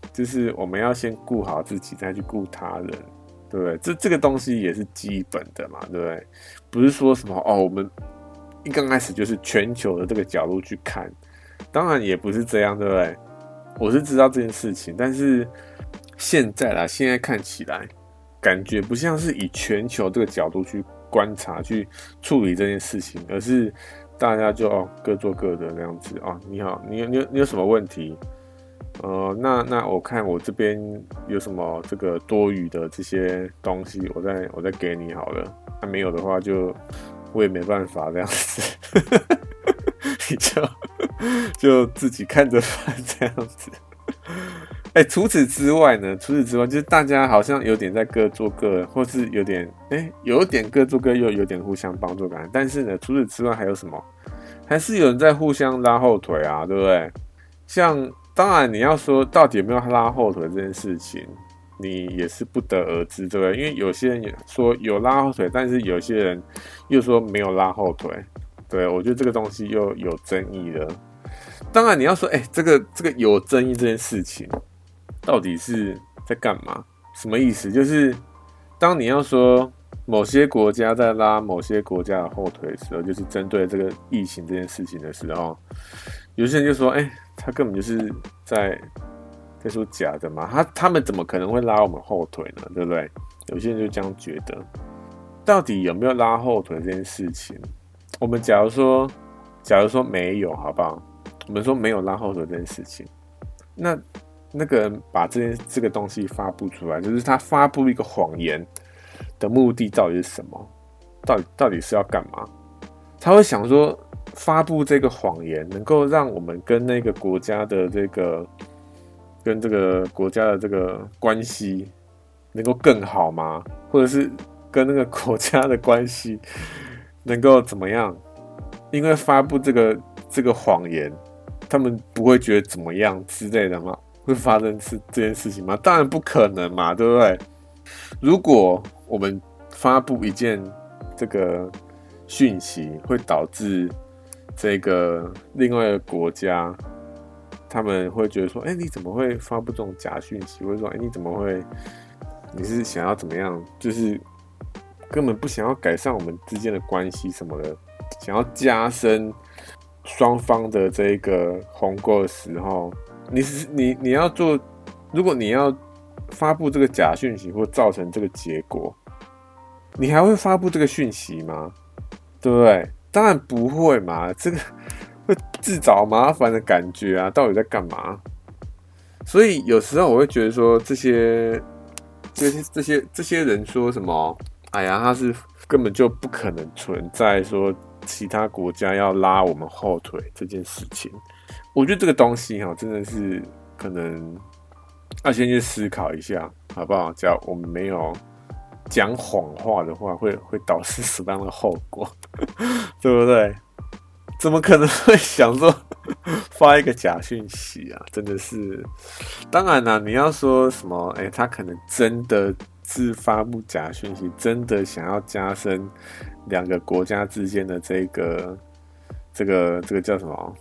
就是我们要先顾好自己，再去顾他人，对不对？这这个东西也是基本的嘛，对不对？不是说什么哦，我们一刚开始就是全球的这个角度去看，当然也不是这样，对不对？我是知道这件事情，但是现在啦，现在看起来感觉不像是以全球这个角度去观察、去处理这件事情，而是大家就哦各做各的那样子哦。你好，你有你有你有什么问题？呃，那那我看我这边有什么这个多余的这些东西，我再我再给你好了。那、啊、没有的话就，就我也没办法这样子，你就就自己看着办这样子。哎、欸，除此之外呢？除此之外，就是大家好像有点在各做各，或是有点哎、欸，有点各做各，又有点互相帮助感。但是呢，除此之外还有什么？还是有人在互相拉后腿啊，对不对？像当然你要说到底有没有拉后腿这件事情，你也是不得而知，对不对？因为有些人也说有拉后腿，但是有些人又说没有拉后腿。对，我觉得这个东西又有争议了。当然你要说，哎、欸，这个这个有争议这件事情，到底是在干嘛？什么意思？就是当你要说某些国家在拉某些国家的后腿的时候，就是针对这个疫情这件事情的时候，有些人就说，哎、欸，他根本就是在在说假的嘛，他他们怎么可能会拉我们后腿呢？对不对？有些人就这样觉得。到底有没有拉后腿这件事情？我们假如说，假如说没有，好不好？我们说没有拉后腿这件事情，那那个人把这件这个东西发布出来，就是他发布一个谎言的目的到底是什么？到底到底是要干嘛？他会想说，发布这个谎言能够让我们跟那个国家的这个跟这个国家的这个关系能够更好吗？或者是跟那个国家的关系能够怎么样？因为发布这个这个谎言，他们不会觉得怎么样之类的吗？会发生这件事情吗？当然不可能嘛，对不对？如果我们发布一件这个讯息，会导致这个另外一个国家，他们会觉得说，哎、欸，你怎么会发布这种假讯息？或者说，哎、欸，你怎么会？你是想要怎么样？就是根本不想要改善我们之间的关系什么的。想要加深双方的这个鸿沟的时候，你你你要做，如果你要发布这个假讯息或造成这个结果，你还会发布这个讯息吗？对不对？当然不会嘛，这个会自找麻烦的感觉啊，到底在干嘛？所以有时候我会觉得说，这些这些这些这些人说什么，哎呀，他是根本就不可能存在说。其他国家要拉我们后腿这件事情，我觉得这个东西哈，真的是可能要先去思考一下，好不好？只要我们没有讲谎话的话，会会导致什么样的后果，对不对？怎么可能会想说发一个假讯息啊？真的是，当然啦，你要说什么，哎、欸，他可能真的是发布假讯息，真的想要加深两个国家之间的这个、这个、这个叫什么？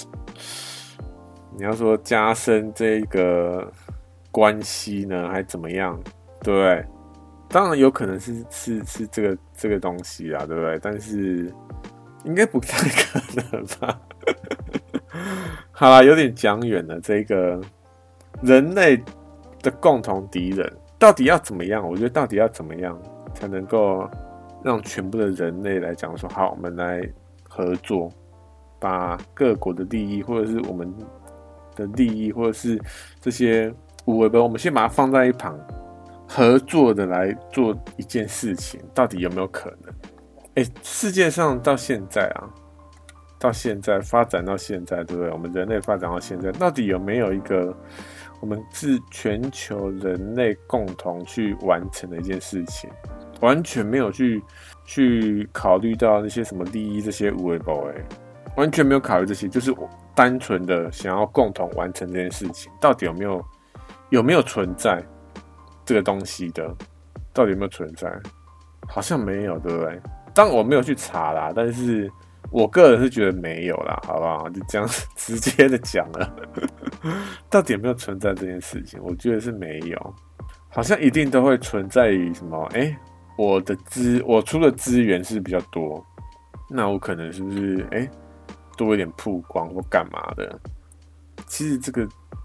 你要说加深这个关系呢，还怎么样？对不对？当然有可能是是是这个这个东西啊，对不对？但是应该不太可能吧？好啦，有点讲远了。这个人类的共同敌人到底要怎么样？我觉得到底要怎么样才能够让全部的人类来讲说，好，我们来合作，把各国的利益，或者是我们的利益，或者是这些无为本，我们先把它放在一旁，合作的来做一件事情，到底有没有可能？哎、欸，世界上到现在啊，到现在发展到现在，对不对？我们人类发展到现在，到底有没有一个我们是全球人类共同去完成的一件事情？完全没有去去考虑到那些什么利益，这些无为不为，完全没有考虑这些，就是单纯的想要共同完成这件事情，到底有没有有没有存在这个东西的？到底有没有存在？好像没有，对不对？当然我没有去查啦，但是我个人是觉得没有啦，好不好？就这样直接的讲了。 到底有没有存在这件事情？我觉得是没有，好像一定都会存在于什么？哎、欸，我的资我出的资源是比较多，那我可能是不是哎、欸、多一点曝光或干嘛的？其实这个，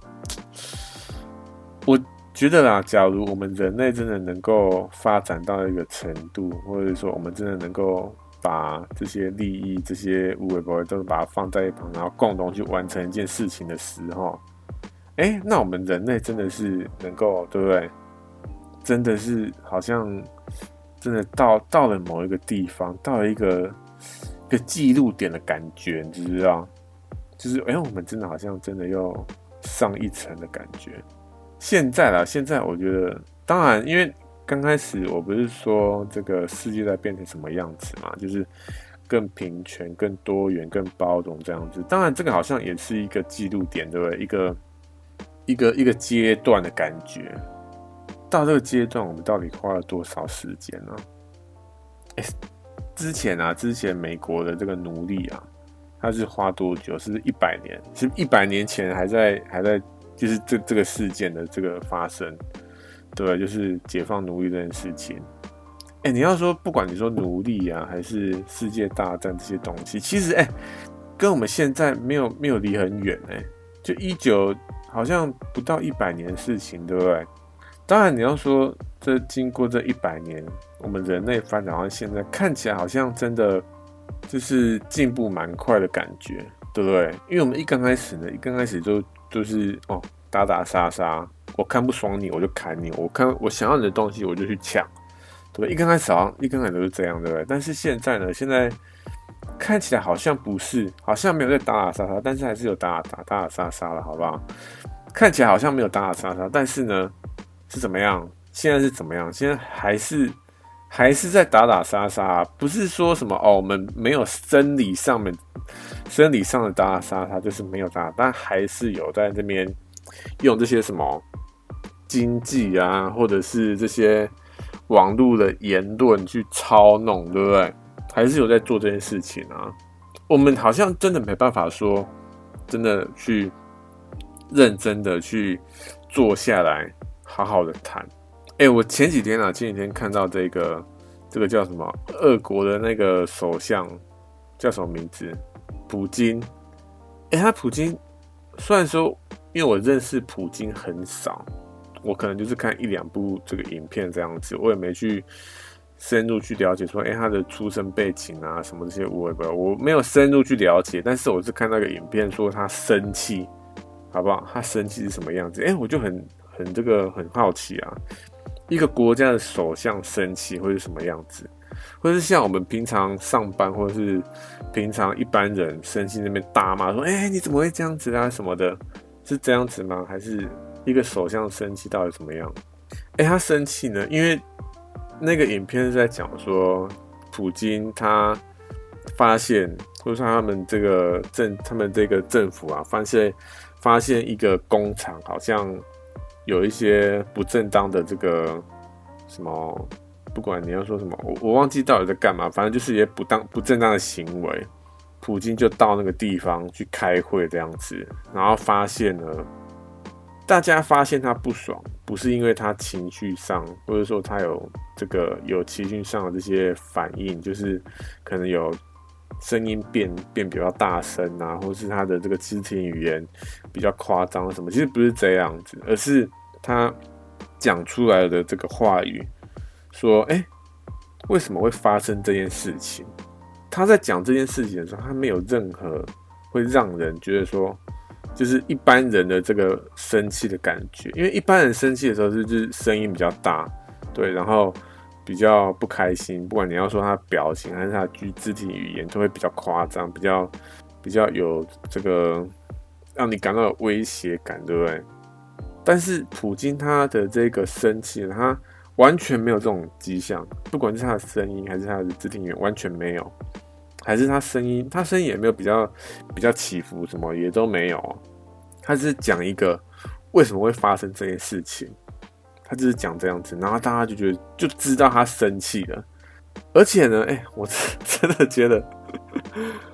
我觉得啦，假如我们人类真的能够发展到一个程度，或者说我们真的能够把这些利益、这些无为不为都把它放在一旁，然后共同去完成一件事情的时候，哎、欸，那我们人类真的是能够，对不对？真的是好像真的到到了某一个地方，到了一个一个记录点的感觉，你知道？就是哎、欸，我们真的好像真的又上一层的感觉。现在啦，现在我觉得，当然，因为刚开始我不是说这个世界在变成什么样子嘛，就是更平权、更多元、更包容这样子。当然，这个好像也是一个记录点，对不对？一个一个一个阶段的感觉。到这个阶段，我们到底花了多少时间呢、啊？哎、欸，之前啊，之前美国的这个奴隶啊。它是花多久？是一百年，是一百年前还在还在，就是这这个事件的这个发生，对，就是解放奴隶这件事情。哎、欸，你要说不管你说奴隶啊，还是世界大战这些东西，其实哎、欸，跟我们现在没有没有离很远哎、欸，就一九好像不到一百年的事情，对不对？当然你要说这经过这一百年，我们人类发展到现在，看起来好像真的。就是进步蛮快的感觉，对不对？因为我们一刚开始呢，一刚开始就就是哦打打杀杀，我看不爽你我就砍你，我看我想要你的东西我就去抢，对不对？一刚开始好像一刚开始都是这样，对不对？但是现在呢，现在看起来好像不是，好像没有在打打杀杀，但是还是有打打打打杀杀了，好不好？看起来好像没有打打杀杀，但是呢是怎么样？现在是怎么样？现在还是。还是在打打杀杀，不是说什么哦，我们没有生理上面、生理上的打打杀杀，就是没有打，但还是有在这边用这些什么经济啊，或者是这些网络的言论去操弄，对不对？还是有在做这件事情啊。我们好像真的没办法说，真的去认真的去坐下来，好好的谈。哎、欸，我前几天啊，前几天看到这个，这个叫什么？俄国的那个首相叫什么名字？普京。哎、欸，他普京虽然说，因为我认识普京很少，我可能就是看一两部这个影片这样子，我也没去深入去了解说，哎、欸，他的出生背景啊，什么这些我也不知道，我没有深入去了解。但是我是看那个影片说他生气，好不好？他生气是什么样子？哎、欸，我就很很这个很好奇啊。一个国家的首相生气会是什么样子？或者是像我们平常上班，或者是平常一般人生气那边大骂说：“哎、欸，你怎么会这样子啊？什么的，是这样子吗？还是一个首相生气到底怎么样？”哎、欸，他生气呢，因为那个影片是在讲说，普京他发现，或者说他们这个政，他们这个政府啊，发现发现一个工厂好像。有一些不正当的这个什么，不管你要说什么，我我忘记到底在干嘛，反正就是一些不当不正当的行为。普京就到那个地方去开会这样子，然后发现了，大家发现他不爽，不是因为他情绪上，或者说他有这个有情绪上的这些反应，就是可能有。声音变变比较大声啊，或是他的这个肢体语言比较夸张什么，其实不是这样子，而是他讲出来的这个话语，说，哎、欸，为什么会发生这件事情？他在讲这件事情的时候，他没有任何会让人觉得说，就是一般人的这个生气的感觉，因为一般人生气的时候就是声音比较大，对，然后。比较不开心，不管你要说他表情还是他肢体语言，都会比较夸张，比较比较有这个让你感到有威胁感，对不对？但是普京他的这个生气，他完全没有这种迹象，不管是他的声音还是他的肢体语言，完全没有，还是他声音，他声音也没有比较比较起伏，什么也都没有，他只是讲一个为什么会发生这件事情。他只是讲这样子，然后大家就觉得就知道他生气了，而且呢，哎、欸，我真的觉得，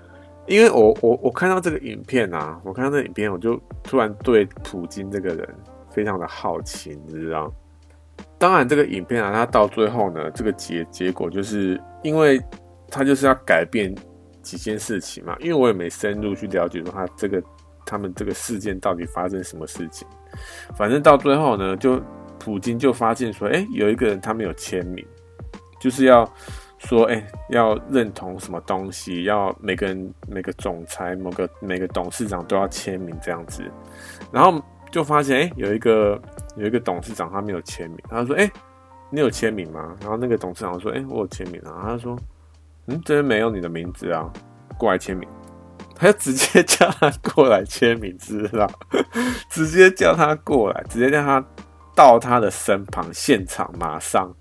因为我我我看到这个影片啊，我看到这个影片，我就突然对普京这个人非常的好奇，你知道？当然，这个影片啊，它到最后呢，这个结结果就是因为他就是要改变几件事情嘛，因为我也没深入去了解说他这个他们这个事件到底发生什么事情。反正到最后呢，就普京就发现说，哎、欸，有一个人他没有签名，就是要说，哎、欸，要认同什么东西，要每个人每个总裁、某个每个董事长都要签名这样子。然后就发现，哎、欸，有一个有一个董事长他没有签名，他说，哎、欸，你有签名吗？然后那个董事长说，哎、欸，我有签名啊。他说，嗯，这边没有你的名字啊，过来签名。他就直接叫他过来签名，知道？直接叫他过来，直接叫他到他的身旁，现场马上，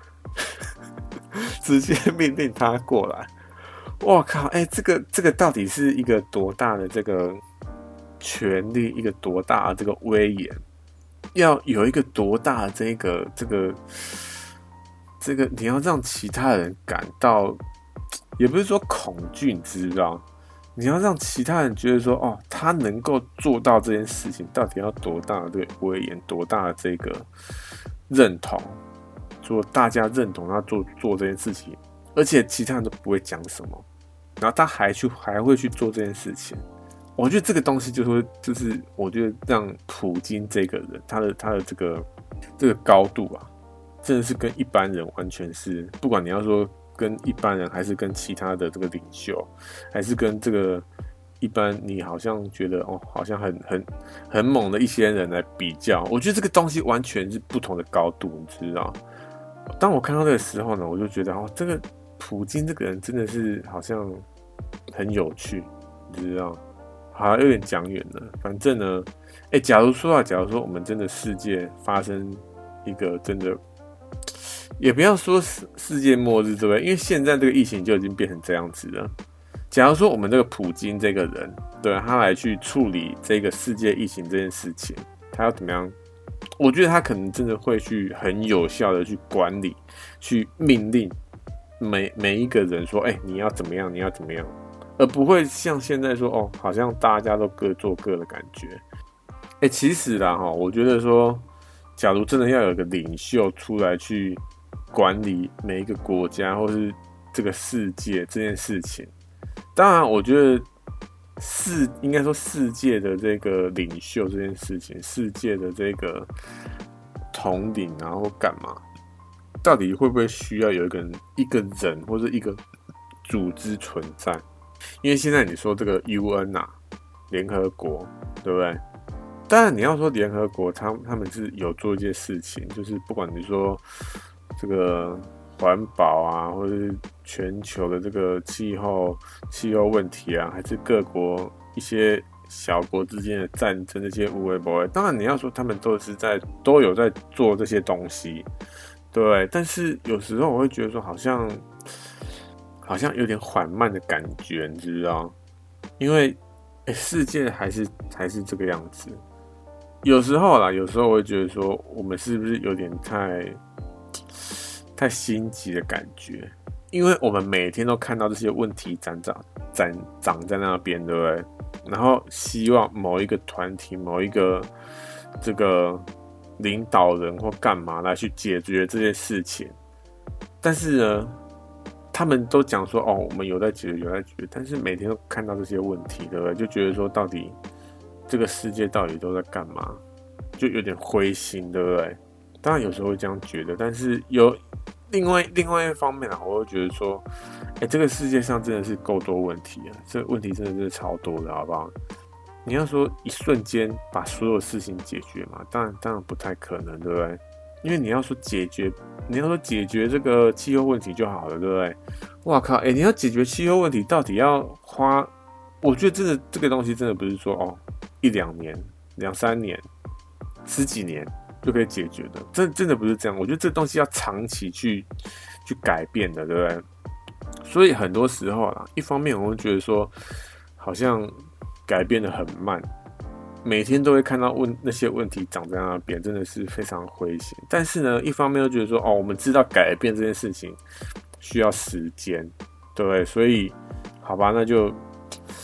直接命令他过来。我靠，哎、欸，这个这个到底是一个多大的这个权力，一个多大的这个威严？要有一个多大的这个这个这个，你要让其他人感到，也不是说恐惧，你知道？你要让其他人觉得说，哦，他能够做到这件事情，到底要多大的这个威严，多大的这个认同，做大家认同他做做这件事情，而且其他人都不会讲什么，然后他还去还会去做这件事情。我觉得这个东西就是就是我觉得让普京这个人，他的他的这个这个高度啊，真的是跟一般人完全是，不管你要说。跟一般人，还是跟其他的这个领袖，还是跟这个一般你好像觉得哦，好像很很很猛的一些人来比较，我觉得这个东西完全是不同的高度，你知道？当我看到这个时候呢，我就觉得哦，这个普京这个人真的是好像很有趣，你知道？好像有点讲远了，反正呢，哎、欸，假如说啊，假如说我们真的世界发生一个真的。也不要说世界末日，对不对？因为现在这个疫情就已经变成这样子了。假如说我们这个普京这个人，对他来去处理这个世界疫情这件事情，他要怎么样？我觉得他可能真的会去很有效的去管理，去命令每每一个人说，哎、欸，你要怎么样，你要怎么样，而不会像现在说，哦，好像大家都各做各的感觉。哎、欸，其实啦，哈，我觉得说，假如真的要有一个领袖出来去。管理每一个国家或是这个世界这件事情，当然，我觉得世应该说世界的这个领袖这件事情，世界的这个统领啊或干嘛，到底会不会需要有一个人、一个人或者一个组织存在？因为现在你说这个 U N 啊，联合国，对不对？当然，你要说联合国，他他们是有做一件事情，就是不管你说。这个环保啊，或者是全球的这个气候气候问题啊，还是各国一些小国之间的战争，这些无为不为。当然，你要说他们都是在都有在做这些东西，对。但是有时候我会觉得说，好像好像有点缓慢的感觉，你知道？因为、欸、世界还是还是这个样子。有时候啦，有时候我会觉得说，我们是不是有点太。太心急的感觉，因为我们每天都看到这些问题长长长长在那边，对不对？然后希望某一个团体、某一个这个领导人或干嘛来去解决这件事情，但是呢，他们都讲说哦，我们有在解决，有在解决，但是每天都看到这些问题，对不对？就觉得说，到底这个世界到底都在干嘛？就有点灰心，对不对？当然有时候会这样觉得，但是有另外另外一方面啊，我会觉得说，哎、欸，这个世界上真的是够多问题了，这个问题真的是超多的，好不好？你要说一瞬间把所有事情解决嘛，当然当然不太可能，对不对？因为你要说解决，你要说解决这个气候问题就好了，对不对？哇靠，哎、欸，你要解决气候问题，到底要花？我觉得真的这个东西真的不是说哦一两年、两三年、十几年。就可以解决的，真真的不是这样。我觉得这东西要长期去去改变的，对不对？所以很多时候啦，一方面我会觉得说，好像改变的很慢，每天都会看到问那些问题长在那边，真的是非常灰心。但是呢，一方面又觉得说，哦，我们知道改变这件事情需要时间，对不对？所以好吧，那就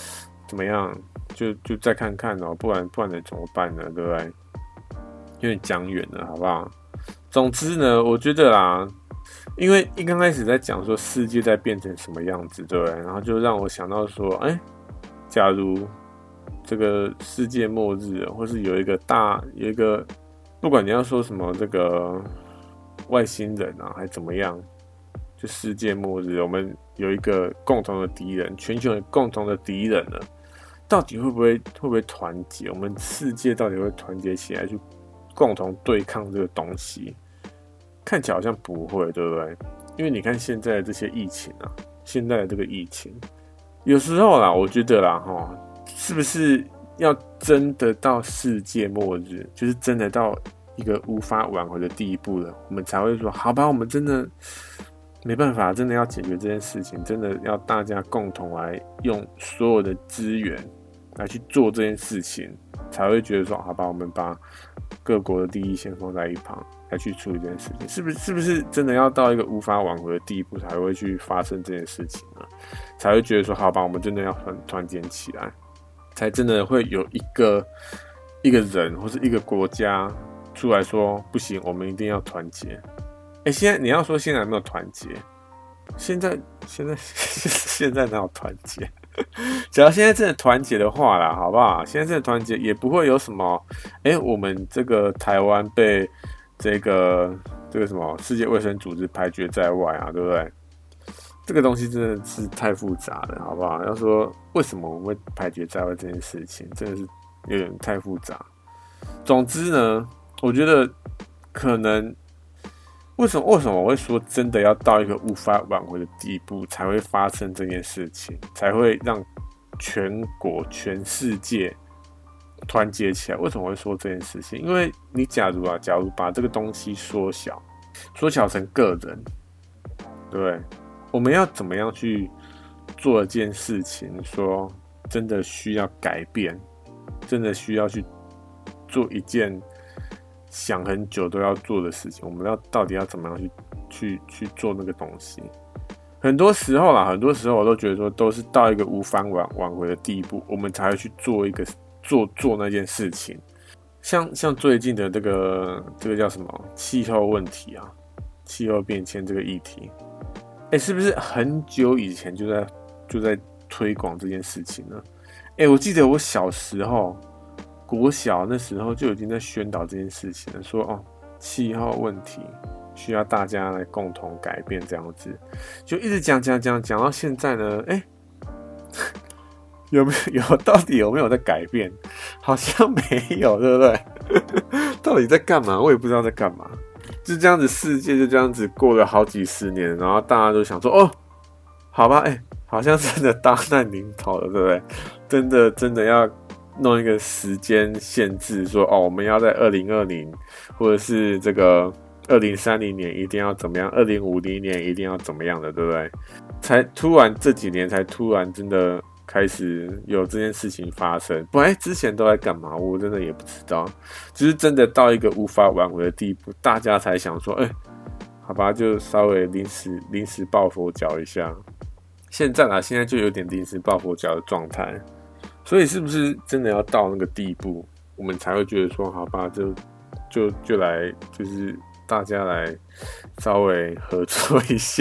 怎么样？就就再看看哦，不然不然能怎么办呢？对不对？有点讲远了，好不好？总之呢，我觉得啦，因为一刚开始在讲说世界在变成什么样子，对不对？然后就让我想到说，哎、欸，假如这个世界末日，或是有一个大有一个，不管你要说什么这个外星人啊，还怎么样，就世界末日，我们有一个共同的敌人，全球有共同的敌人了，到底会不会会不会团结？我们世界到底会团结起来去共同对抗这个东西？看起来好像不会，对不对？因为你看现在的这些疫情啊，现在的这个疫情，有时候啦，我觉得啦，哈，是不是要真的到世界末日，就是真的到一个无法挽回的地步了，我们才会说，好吧，我们真的没办法，真的要解决这件事情，真的要大家共同来用所有的资源来去做这件事情，才会觉得说，好吧，我们把各国的利益先放在一旁，来去处理这件事情，是不是？是不是真的要到一个无法挽回的地步，才会去发生这件事情呢？才会觉得说，好吧，我们真的要团团结起来，才真的会有一个一个人或是一个国家出来说，不行，我们一定要团结。哎、欸，现在你要说现在有没有团结？现在现在现在哪有团结？只要现在真的团结的话啦，好不好？现在真的团结也不会有什么，哎、欸，我们这个台湾被这个这个什么世界卫生组织排决在外啊，对不对？这个东西真的是太复杂了，好不好？要说为什么我们会排决在外这件事情，真的是有点太复杂。总之呢，我觉得可能。为什么？为什么我会说真的要到一个无法挽回的地步，才会发生这件事情，才会让全国、全世界团结起来？为什么会说这件事情？因为你假如啊，假如把这个东西缩小，缩小成个人，对不对？我们要怎么样去做一件事情？说真的需要改变，真的需要去做一件。想很久都要做的事情，我们要到底要怎么样去去去做那个东西？很多时候啦，很多时候我都觉得说，都是到一个无法挽挽回的地步，我们才会去做一个做做那件事情。像像最近的这个这个叫什么气候问题啊，气候变迁这个议题，哎、欸，是不是很久以前就在就在推广这件事情呢？哎、欸，我记得我小时候。国小那时候就已经在宣导这件事情了，说哦，气候问题需要大家来共同改变，这样子就一直讲讲讲讲到现在呢，哎、欸，有没有有到底有没有在改变？好像没有，对不对？到底在干嘛？我也不知道在干嘛。就这样子，世界就这样子过了好几十年，然后大家都想说，哦，好吧，哎、欸，好像真的大难临头了，对不对？真的真的要。弄一个时间限制，说哦，我们要在二零二零或者是这个二零三零年一定要怎么样，二零五零年一定要怎么样的，对不对？才突然这几年才突然真的开始有这件事情发生，不然之前都在干嘛？我真的也不知道。就是真的到一个无法挽回的地步，大家才想说，哎、欸，好吧，就稍微临时临时抱佛脚一下。现在啊，现在就有点临时抱佛脚的状态。所以是不是真的要到那个地步，我们才会觉得说，好吧，就就就来，就是大家来稍微合作一下。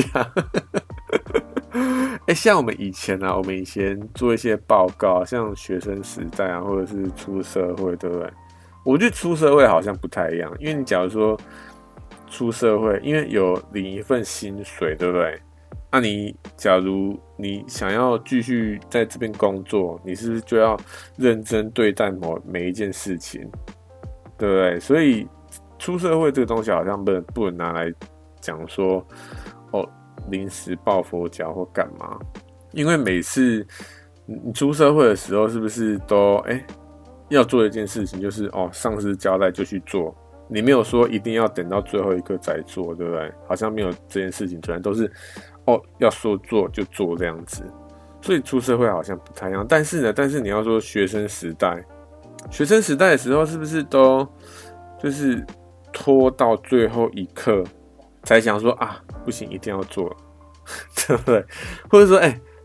哎、欸，像我们以前啊，我们以前做一些报告，像学生时代啊，或者是出社会，对不对？我觉得出社会好像不太一样，因为你假如说出社会，因为有领一份薪水，对不对？那、啊、你假如你想要继续在这边工作，你是不是就要认真对待某每一件事情，对不对？所以出社会这个东西好像不能不能拿来讲说哦临时抱佛脚或干嘛，因为每次你出社会的时候，是不是都哎、欸、要做一件事情，就是哦上司交代就去做。你没有说一定要等到最后一刻再做，对不对？好像没有这件事情，全都是哦，要说做就做这样子。所以出社会好像不太一样。但是呢，但是你要说学生时代，学生时代的时候是不是都就是拖到最后一刻才想说啊，不行，一定要做，对不对？或者说，哎、欸，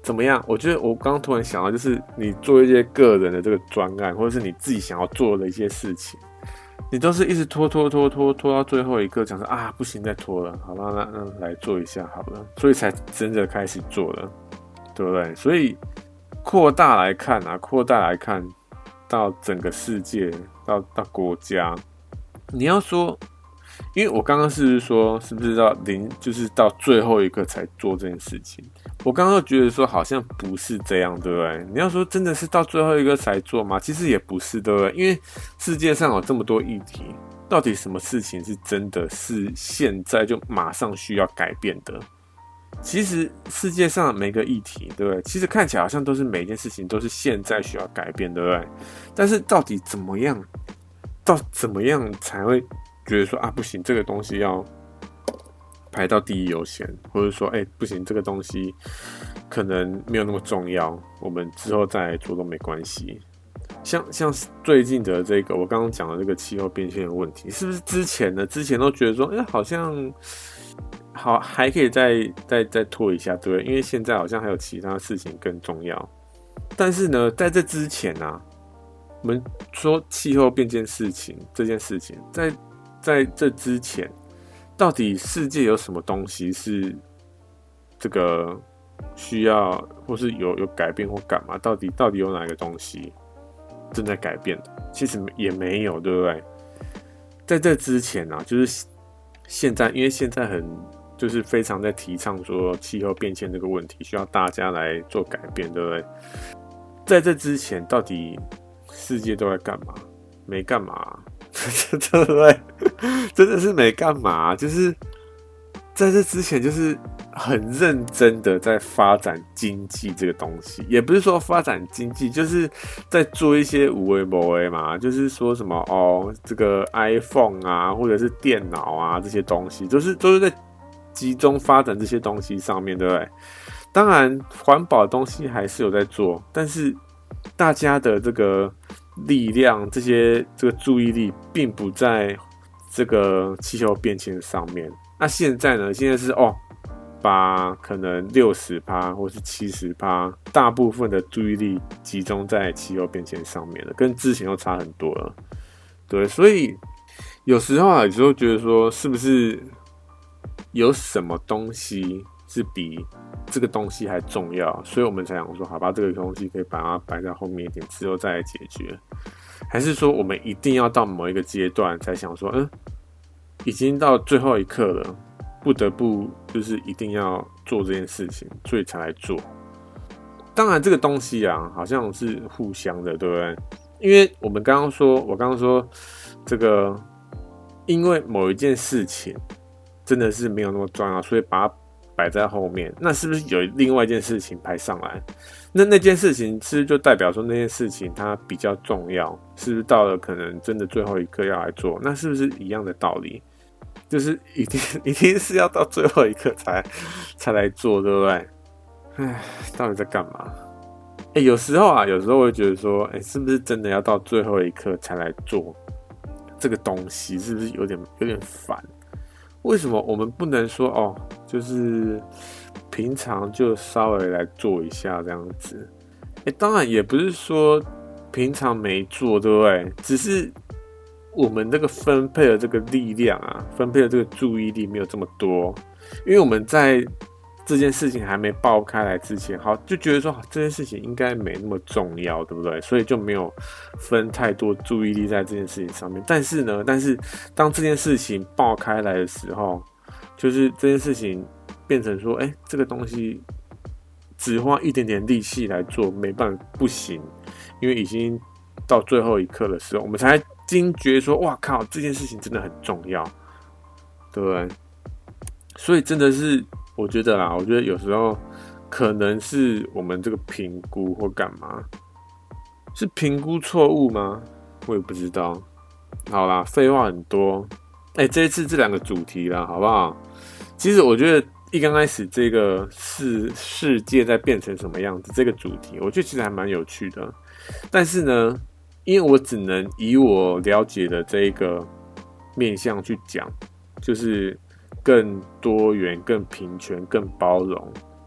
怎么样？我觉得我刚刚突然想到，就是你做一些个人的这个专案，或者是你自己想要做的一些事情，你都是一直拖拖拖拖拖到最后一刻，讲说啊不行再拖了，好吧，那那来做一下好了，所以才真的开始做了，对不对？所以扩大来看啊，扩大来看到整个世界，到到国家，你要说。因为我刚刚是不是说，是不是到零，就是到最后一刻才做这件事情？我刚刚觉得说好像不是这样，对不对？你要说真的是到最后一个才做吗？其实也不是，对不对？因为世界上有这么多议题，到底什么事情是真的是现在就马上需要改变的？其实世界上每个议题，对不对？其实看起来好像都是每一件事情都是现在需要改变，对不对？但是到底怎么样，到怎么样才会？觉得说啊不行，这个东西要排到第一优先，或者说哎、欸、不行，这个东西可能没有那么重要，我们之后再来做都没关系。像像最近的这个我刚刚讲的这个气候变迁的问题，是不是之前呢？之前都觉得说哎、欸、好像好还可以再再再拖一下，对不对？因为现在好像还有其他事情更重要。但是呢，在这之前啊，我们说气候变迁事情这件事情，在在这之前，到底世界有什么东西是这个需要，或是有有改变或干嘛？到底到底有哪个东西正在改变的？其实也没有，对不对？在这之前啊，就是现在，因为现在很就是非常在提倡说气候变迁这个问题，需要大家来做改变，对不对？在这之前，到底世界都在干嘛？没干嘛。对不对？真的是没干嘛，就是在这之前，就是很认真的在发展经济这个东西，也不是说发展经济，就是在做一些有的没的嘛，就是说什么哦，这个 iPhone 啊，或者是电脑啊这些东西，就是都是在集中发展这些东西上面，对不对？当然，环保的东西还是有在做，但是大家的这个。力量这些这个注意力并不在这个气候变迁上面。那现在呢？现在是哦，把可能 百分之六十 或是 百分之七十 大部分的注意力集中在气候变迁上面了，跟之前又差很多了。对，所以有时候啊，有时候觉得说，是不是有什么东西是比这个东西还重要，所以我们才想说，好吧，这个东西可以把它摆在后面一点，之后再来解决。还是说，我们一定要到某一个阶段才想说，嗯，已经到最后一刻了，不得不就是一定要做这件事情，所以才来做。当然，这个东西啊，好像是互相的，对不对？因为我们刚刚说，我刚刚说这个，因为某一件事情真的是没有那么重要，所以把它摆在后面，那是不是有另外一件事情排上来？那那件事情是不是就代表说那件事情它比较重要？是不是到了可能真的最后一刻要来做？那是不是一样的道理？就是一定一定是要到最后一刻才才来做，对不对？唉，到底在干嘛？哎、欸，有时候啊，有时候我会觉得说，哎、欸，是不是真的要到最后一刻才来做这个东西？是不是有点有点烦？为什么我们不能说哦，就是平常就稍微来做一下这样子？哎、欸，当然也不是说平常没做，对不对？只是我们这个分配的这个力量啊，分配的这个注意力没有这么多，因为我们在这件事情还没爆开来之前，好就觉得说这件事情应该没那么重要，对不对？所以就没有分太多注意力在这件事情上面。但是呢，但是当这件事情爆开来的时候，就是这件事情变成说，哎、欸，这个东西只花一点点力气来做，没办法，不行，因为已经到最后一刻的时候，我们才惊觉说，哇靠，这件事情真的很重要，对不对？所以真的是。我觉得啦，我觉得有时候可能是我们这个评估或干嘛，是评估错误吗？我也不知道。好啦，废话很多。哎、欸，这一次这两个主题啦，好不好？其实我觉得一刚开始这个世世界在变成什么样子，这个主题，我觉得其实还蛮有趣的。但是呢，因为我只能以我了解的这一个面向去讲，就是。更多元、更平权、更包容，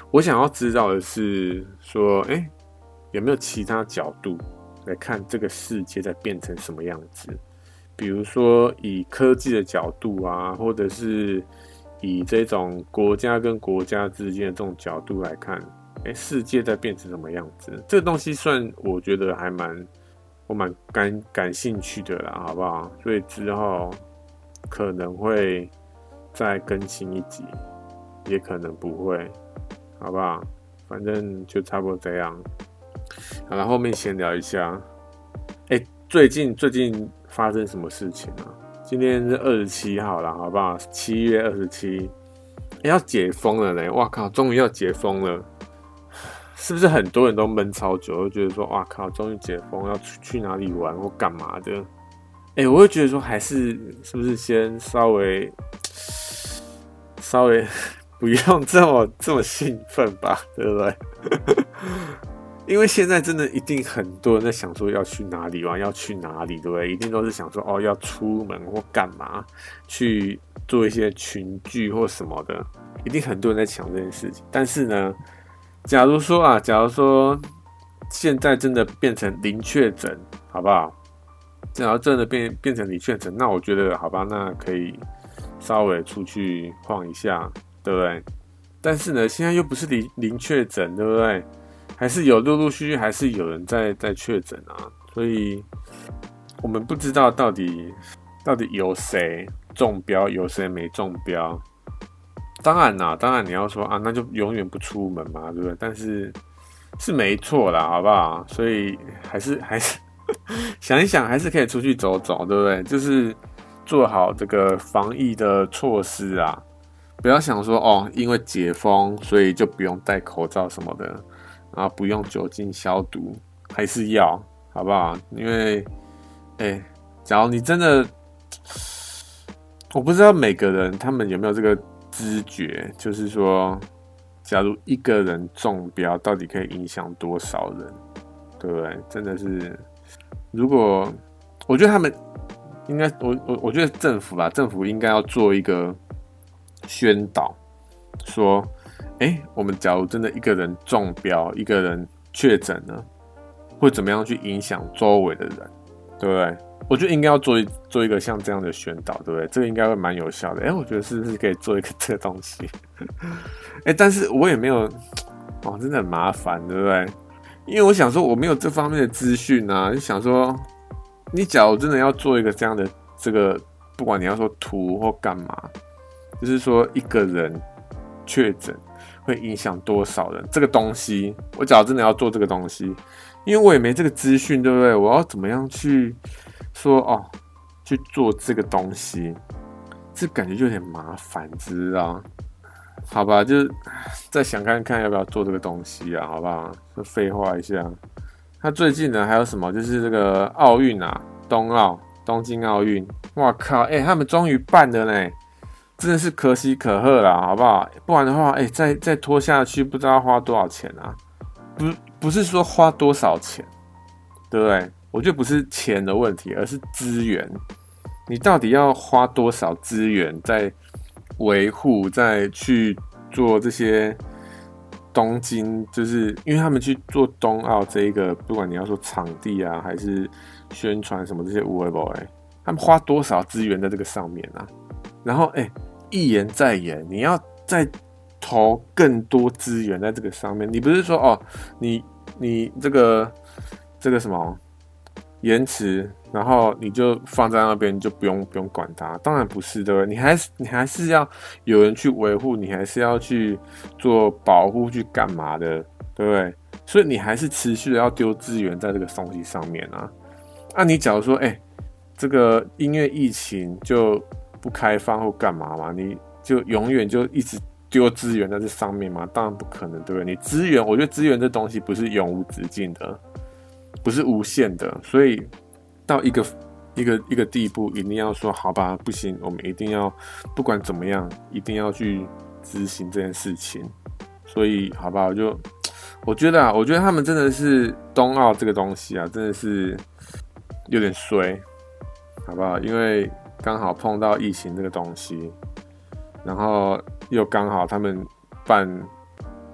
我想要知道的是说，哎、欸，有没有其他角度来看这个世界在变成什么样子？比如说以科技的角度啊，或者是以这种国家跟国家之间的这种角度来看，哎、欸，世界在变成什么样子？这个东西算我觉得还蛮我蛮感感兴趣的啦，好不好？所以之后可能会再更新一集，也可能不会，好不好？反正就差不多这样。好了，后面闲聊一下。哎、欸，最近最近发生什么事情啊？今天是二十七号啦，好不好？七月二十七，要解封了呢！哇靠，终于要解封了，是不是很多人都闷超久，就觉得说哇靠，终于解封，要去去哪里玩或干嘛的？哎、欸，我会觉得说，还是是不是先稍微稍微不用这么这么兴奋吧，对不对？因为现在真的一定很多人在想说要去哪里玩，要去哪里，对不对？一定都是想说哦，要出门或干嘛，去做一些群聚或什么的，一定很多人在想这件事情。但是呢，假如说啊，假如说现在真的变成零确诊，好不好？假如真的变变成零确诊，那我觉得好吧，那可以稍微出去晃一下，对不对？但是呢，现在又不是零零确诊，对不对？还是有陆陆续续还是有人在在确诊啊，所以我们不知道到底到底有谁中标，有谁没中标。当然啦，当然你要说啊，那就永远不出门嘛，对不对？但是是没错啦，好不好？所以还是还是想一想，还是可以出去走走，对不对？就是做好这个防疫的措施啊，不要想说哦，因为解封，所以就不用戴口罩什么的。然后不用酒精消毒，还是要，好不好？因为，哎、欸，假如你真的，我不知道每个人他们有没有这个知觉，就是说，假如一个人中标，到底可以影响多少人，对不对？真的是，如果我觉得他们应该，我我我觉得政府啦，政府应该要做一个宣导，说。哎、欸，我们假如真的一个人中标，一个人确诊了，会怎么样去影响周围的人，对不对？我觉得应该要做一做一个像这样的宣导，对不对？这个应该会蛮有效的。哎、欸，我觉得是不是可以做一个这个东西？哎、欸，但是我也没有，哦，真的很麻烦，对不对？因为我想说我没有这方面的资讯啊，就想说，你假如真的要做一个这样的这个，不管你要说图或干嘛，就是说一个人确诊。会影响多少人？这个东西，我假如真的要做这个东西，因为我也没这个资讯，对不对？我要怎么样去说哦，去做这个东西，这感觉就有点麻烦，知道？好吧，就是再想看看要不要做这个东西啊，好不好？就废话一下。他最近呢还有什么？就是这个奥运啊，冬奥、东京奥运，哇靠！哎、欸，他们终于办了呢。真的是可喜可贺啦，好不好？不然的话，哎、欸，再再拖下去，不知道花多少钱啊？不，不是说花多少钱，对不对？我觉得不是钱的问题，而是资源。你到底要花多少资源在维护，在去做这些东京？就是因为他们去做冬奥这一个，不管你要说场地啊，还是宣传什么这些有的没的，他们花多少资源在这个上面啊？然后，哎、欸。一言再言，你要再投更多资源在这个上面。你不是说哦，你你这个这个什么延迟，然后你就放在那边，你就不用不用管它。当然不是，对不对？你还是你还是要有人去维护，你还是要去做保护，去干嘛的，对不对？所以你还是持续的要丢资源在这个东西上面啊。啊，你假如说，哎、欸，这个因为疫情就不开放或干嘛嘛？你就永远就一直丢资源在这上面吗？当然不可能，对不对？你资源，我觉得资源这东西不是永无止境的，不是无限的，所以到一个一个一个地步，一定要说好吧，不行，我们一定要不管怎么样，一定要去执行这件事情。所以，好吧，我就我觉得啊，我觉得他们真的是冬奥这个东西啊，真的是有点衰，好不好？因为刚好碰到疫情这个东西，然后又刚好他们办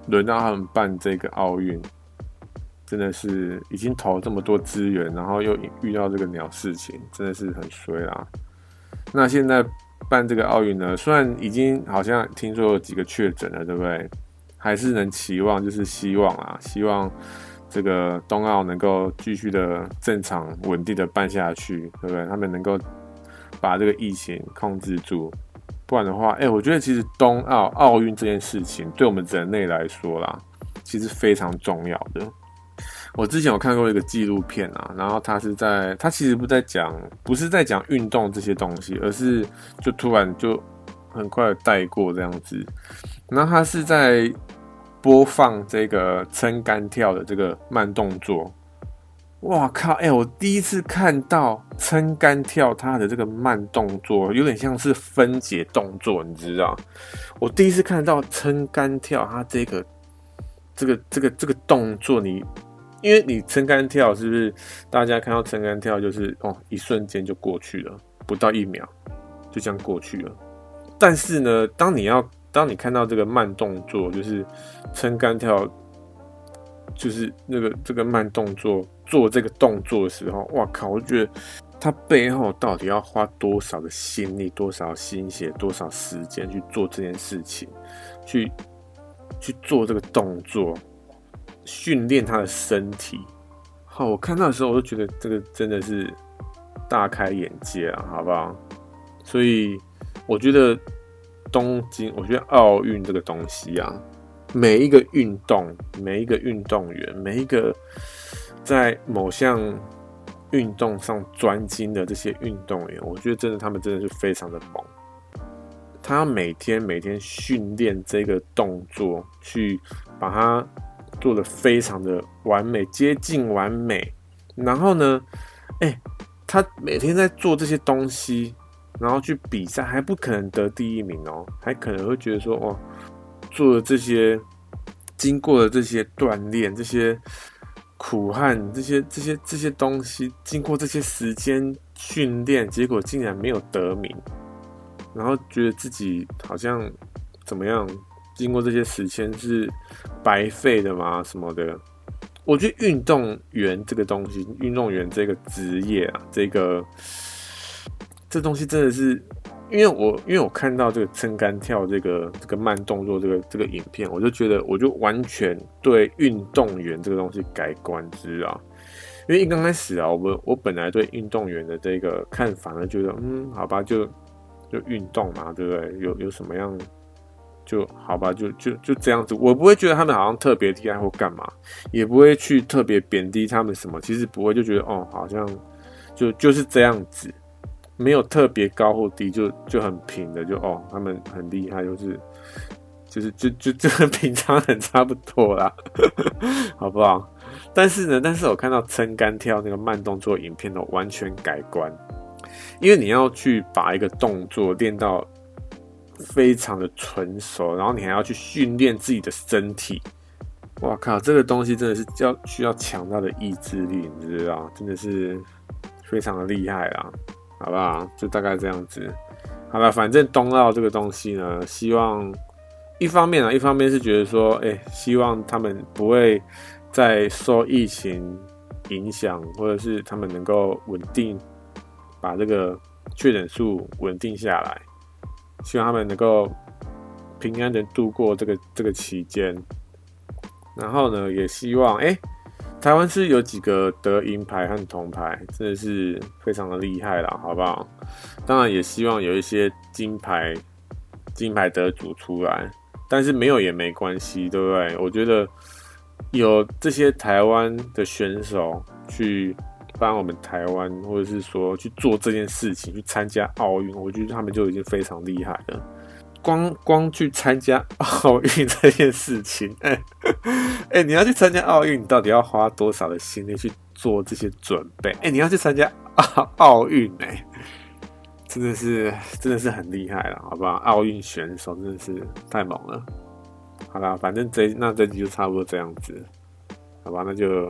轮到他们办这个奥运，真的是已经投这么多资源，然后又遇到这个鸟事情，真的是很衰啦。那现在办这个奥运呢，虽然已经好像听说有几个确诊了，对不对？还是能期望，就是希望啊，希望这个冬奥能够继续的正常稳定的办下去，对不对？他们能够把这个疫情控制住，不然的话，哎、欸，我觉得其实冬奥奥运这件事情对我们人类来说啦，其实非常重要的。我之前有看过一个纪录片啊，然后他是在，他其实不在讲，不是在讲运动这些东西，而是就突然就很快的带过这样子。然后他是在播放这个撑杆跳的这个慢动作。哇靠！哎、欸，我第一次看到撑杆跳它的这个慢动作，有点像是分解动作，你知道？我第一次看到撑杆跳它这个这个这个这个动作，你因为你撑杆跳是不是？大家看到撑杆跳就是哦，一瞬间就过去了，不到一秒就这样过去了。但是呢，当你要当你看到这个慢动作，就是撑杆跳，就是那个这个慢动作做这个动作的时候，哇靠！我觉得它背后到底要花多少的心力、多少心血、多少时间去做这件事情，去去做这个动作，训练他的身体。好，我看到的时候，我就觉得这个真的是大开眼界啊，好不好？所以我觉得东京，我觉得奥运这个东西啊，每一个运动，每一个运动员，每一个在某项运动上专精的这些运动员，我觉得真的他们真的是非常的猛。他每天每天训练这个动作，去把它做得非常的完美，接近完美。然后呢，哎、欸，他每天在做这些东西，然后去比赛，还不可能得第一名哦，还可能会觉得说，哦，做了这些，经过了这些锻炼，这些苦汗，这些这些这些东西，经过这些时间训练，结果竟然没有得名，然后觉得自己好像怎么样，经过这些时间是白费的吗？什么的？我觉得运动员这个东西，运动员这个职业啊，这个这东西真的是，因为我因为我看到这个撑杆跳这个这个慢动作这个这个影片，我就觉得我就完全对运动员这个东西改观之啊。因为一刚开始啊，我我本来对运动员的这个看法呢，觉得嗯，好吧，就就运动嘛，对不对？有有什么样？就好吧，就就就这样子，我不会觉得他们好像特别厉害或干嘛，也不会去特别贬低他们什么，其实不会，就觉得哦，好像就就是这样子，没有特别高或低，就就很平的，就哦，他们很厉害，就是就是就就就跟平常人差不多啦，好不好？但是呢，但是我看到撑杆跳那个慢动作影片，我完全改观，因为你要去把一个动作练到非常的纯熟，然后你还要去训练自己的身体。哇靠，这个东西真的是要需要强大的意志力，你知道，真的是非常的厉害啦，好不好？就大概这样子。好了，反正冬奥这个东西呢，希望一方面啊，一方面是觉得说，哎、欸，希望他们不会再受疫情影响，或者是他们能够稳定把这个确诊数稳定下来。希望他们能够平安的度过这个这个期间，然后呢，也希望哎、欸，台湾是有几个得银牌和铜牌，真的是非常的厉害啦，好不好？当然也希望有一些金牌金牌得主出来，但是没有也没关系，对不对？我觉得有这些台湾的选手去帮我们台湾，或者是说去做这件事情，去参加奥运，我觉得他们就已经非常厉害了。光光去参加奥运这件事情，哎、欸，哎、欸，你要去参加奥运，你到底要花多少的心力去做这些准备？哎、欸，你要去参加奥运，哎，真的是真的是很厉害了，好不好？奥运选手真的是太猛了。好啦，反正这那这集就差不多这样子，好吧？那就。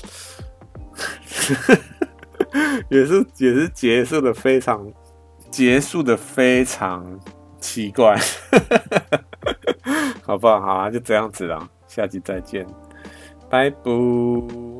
也是也是结束的非常结束的非常奇怪，好不好？好啊，就这样子啦。 下期再见，拜拜。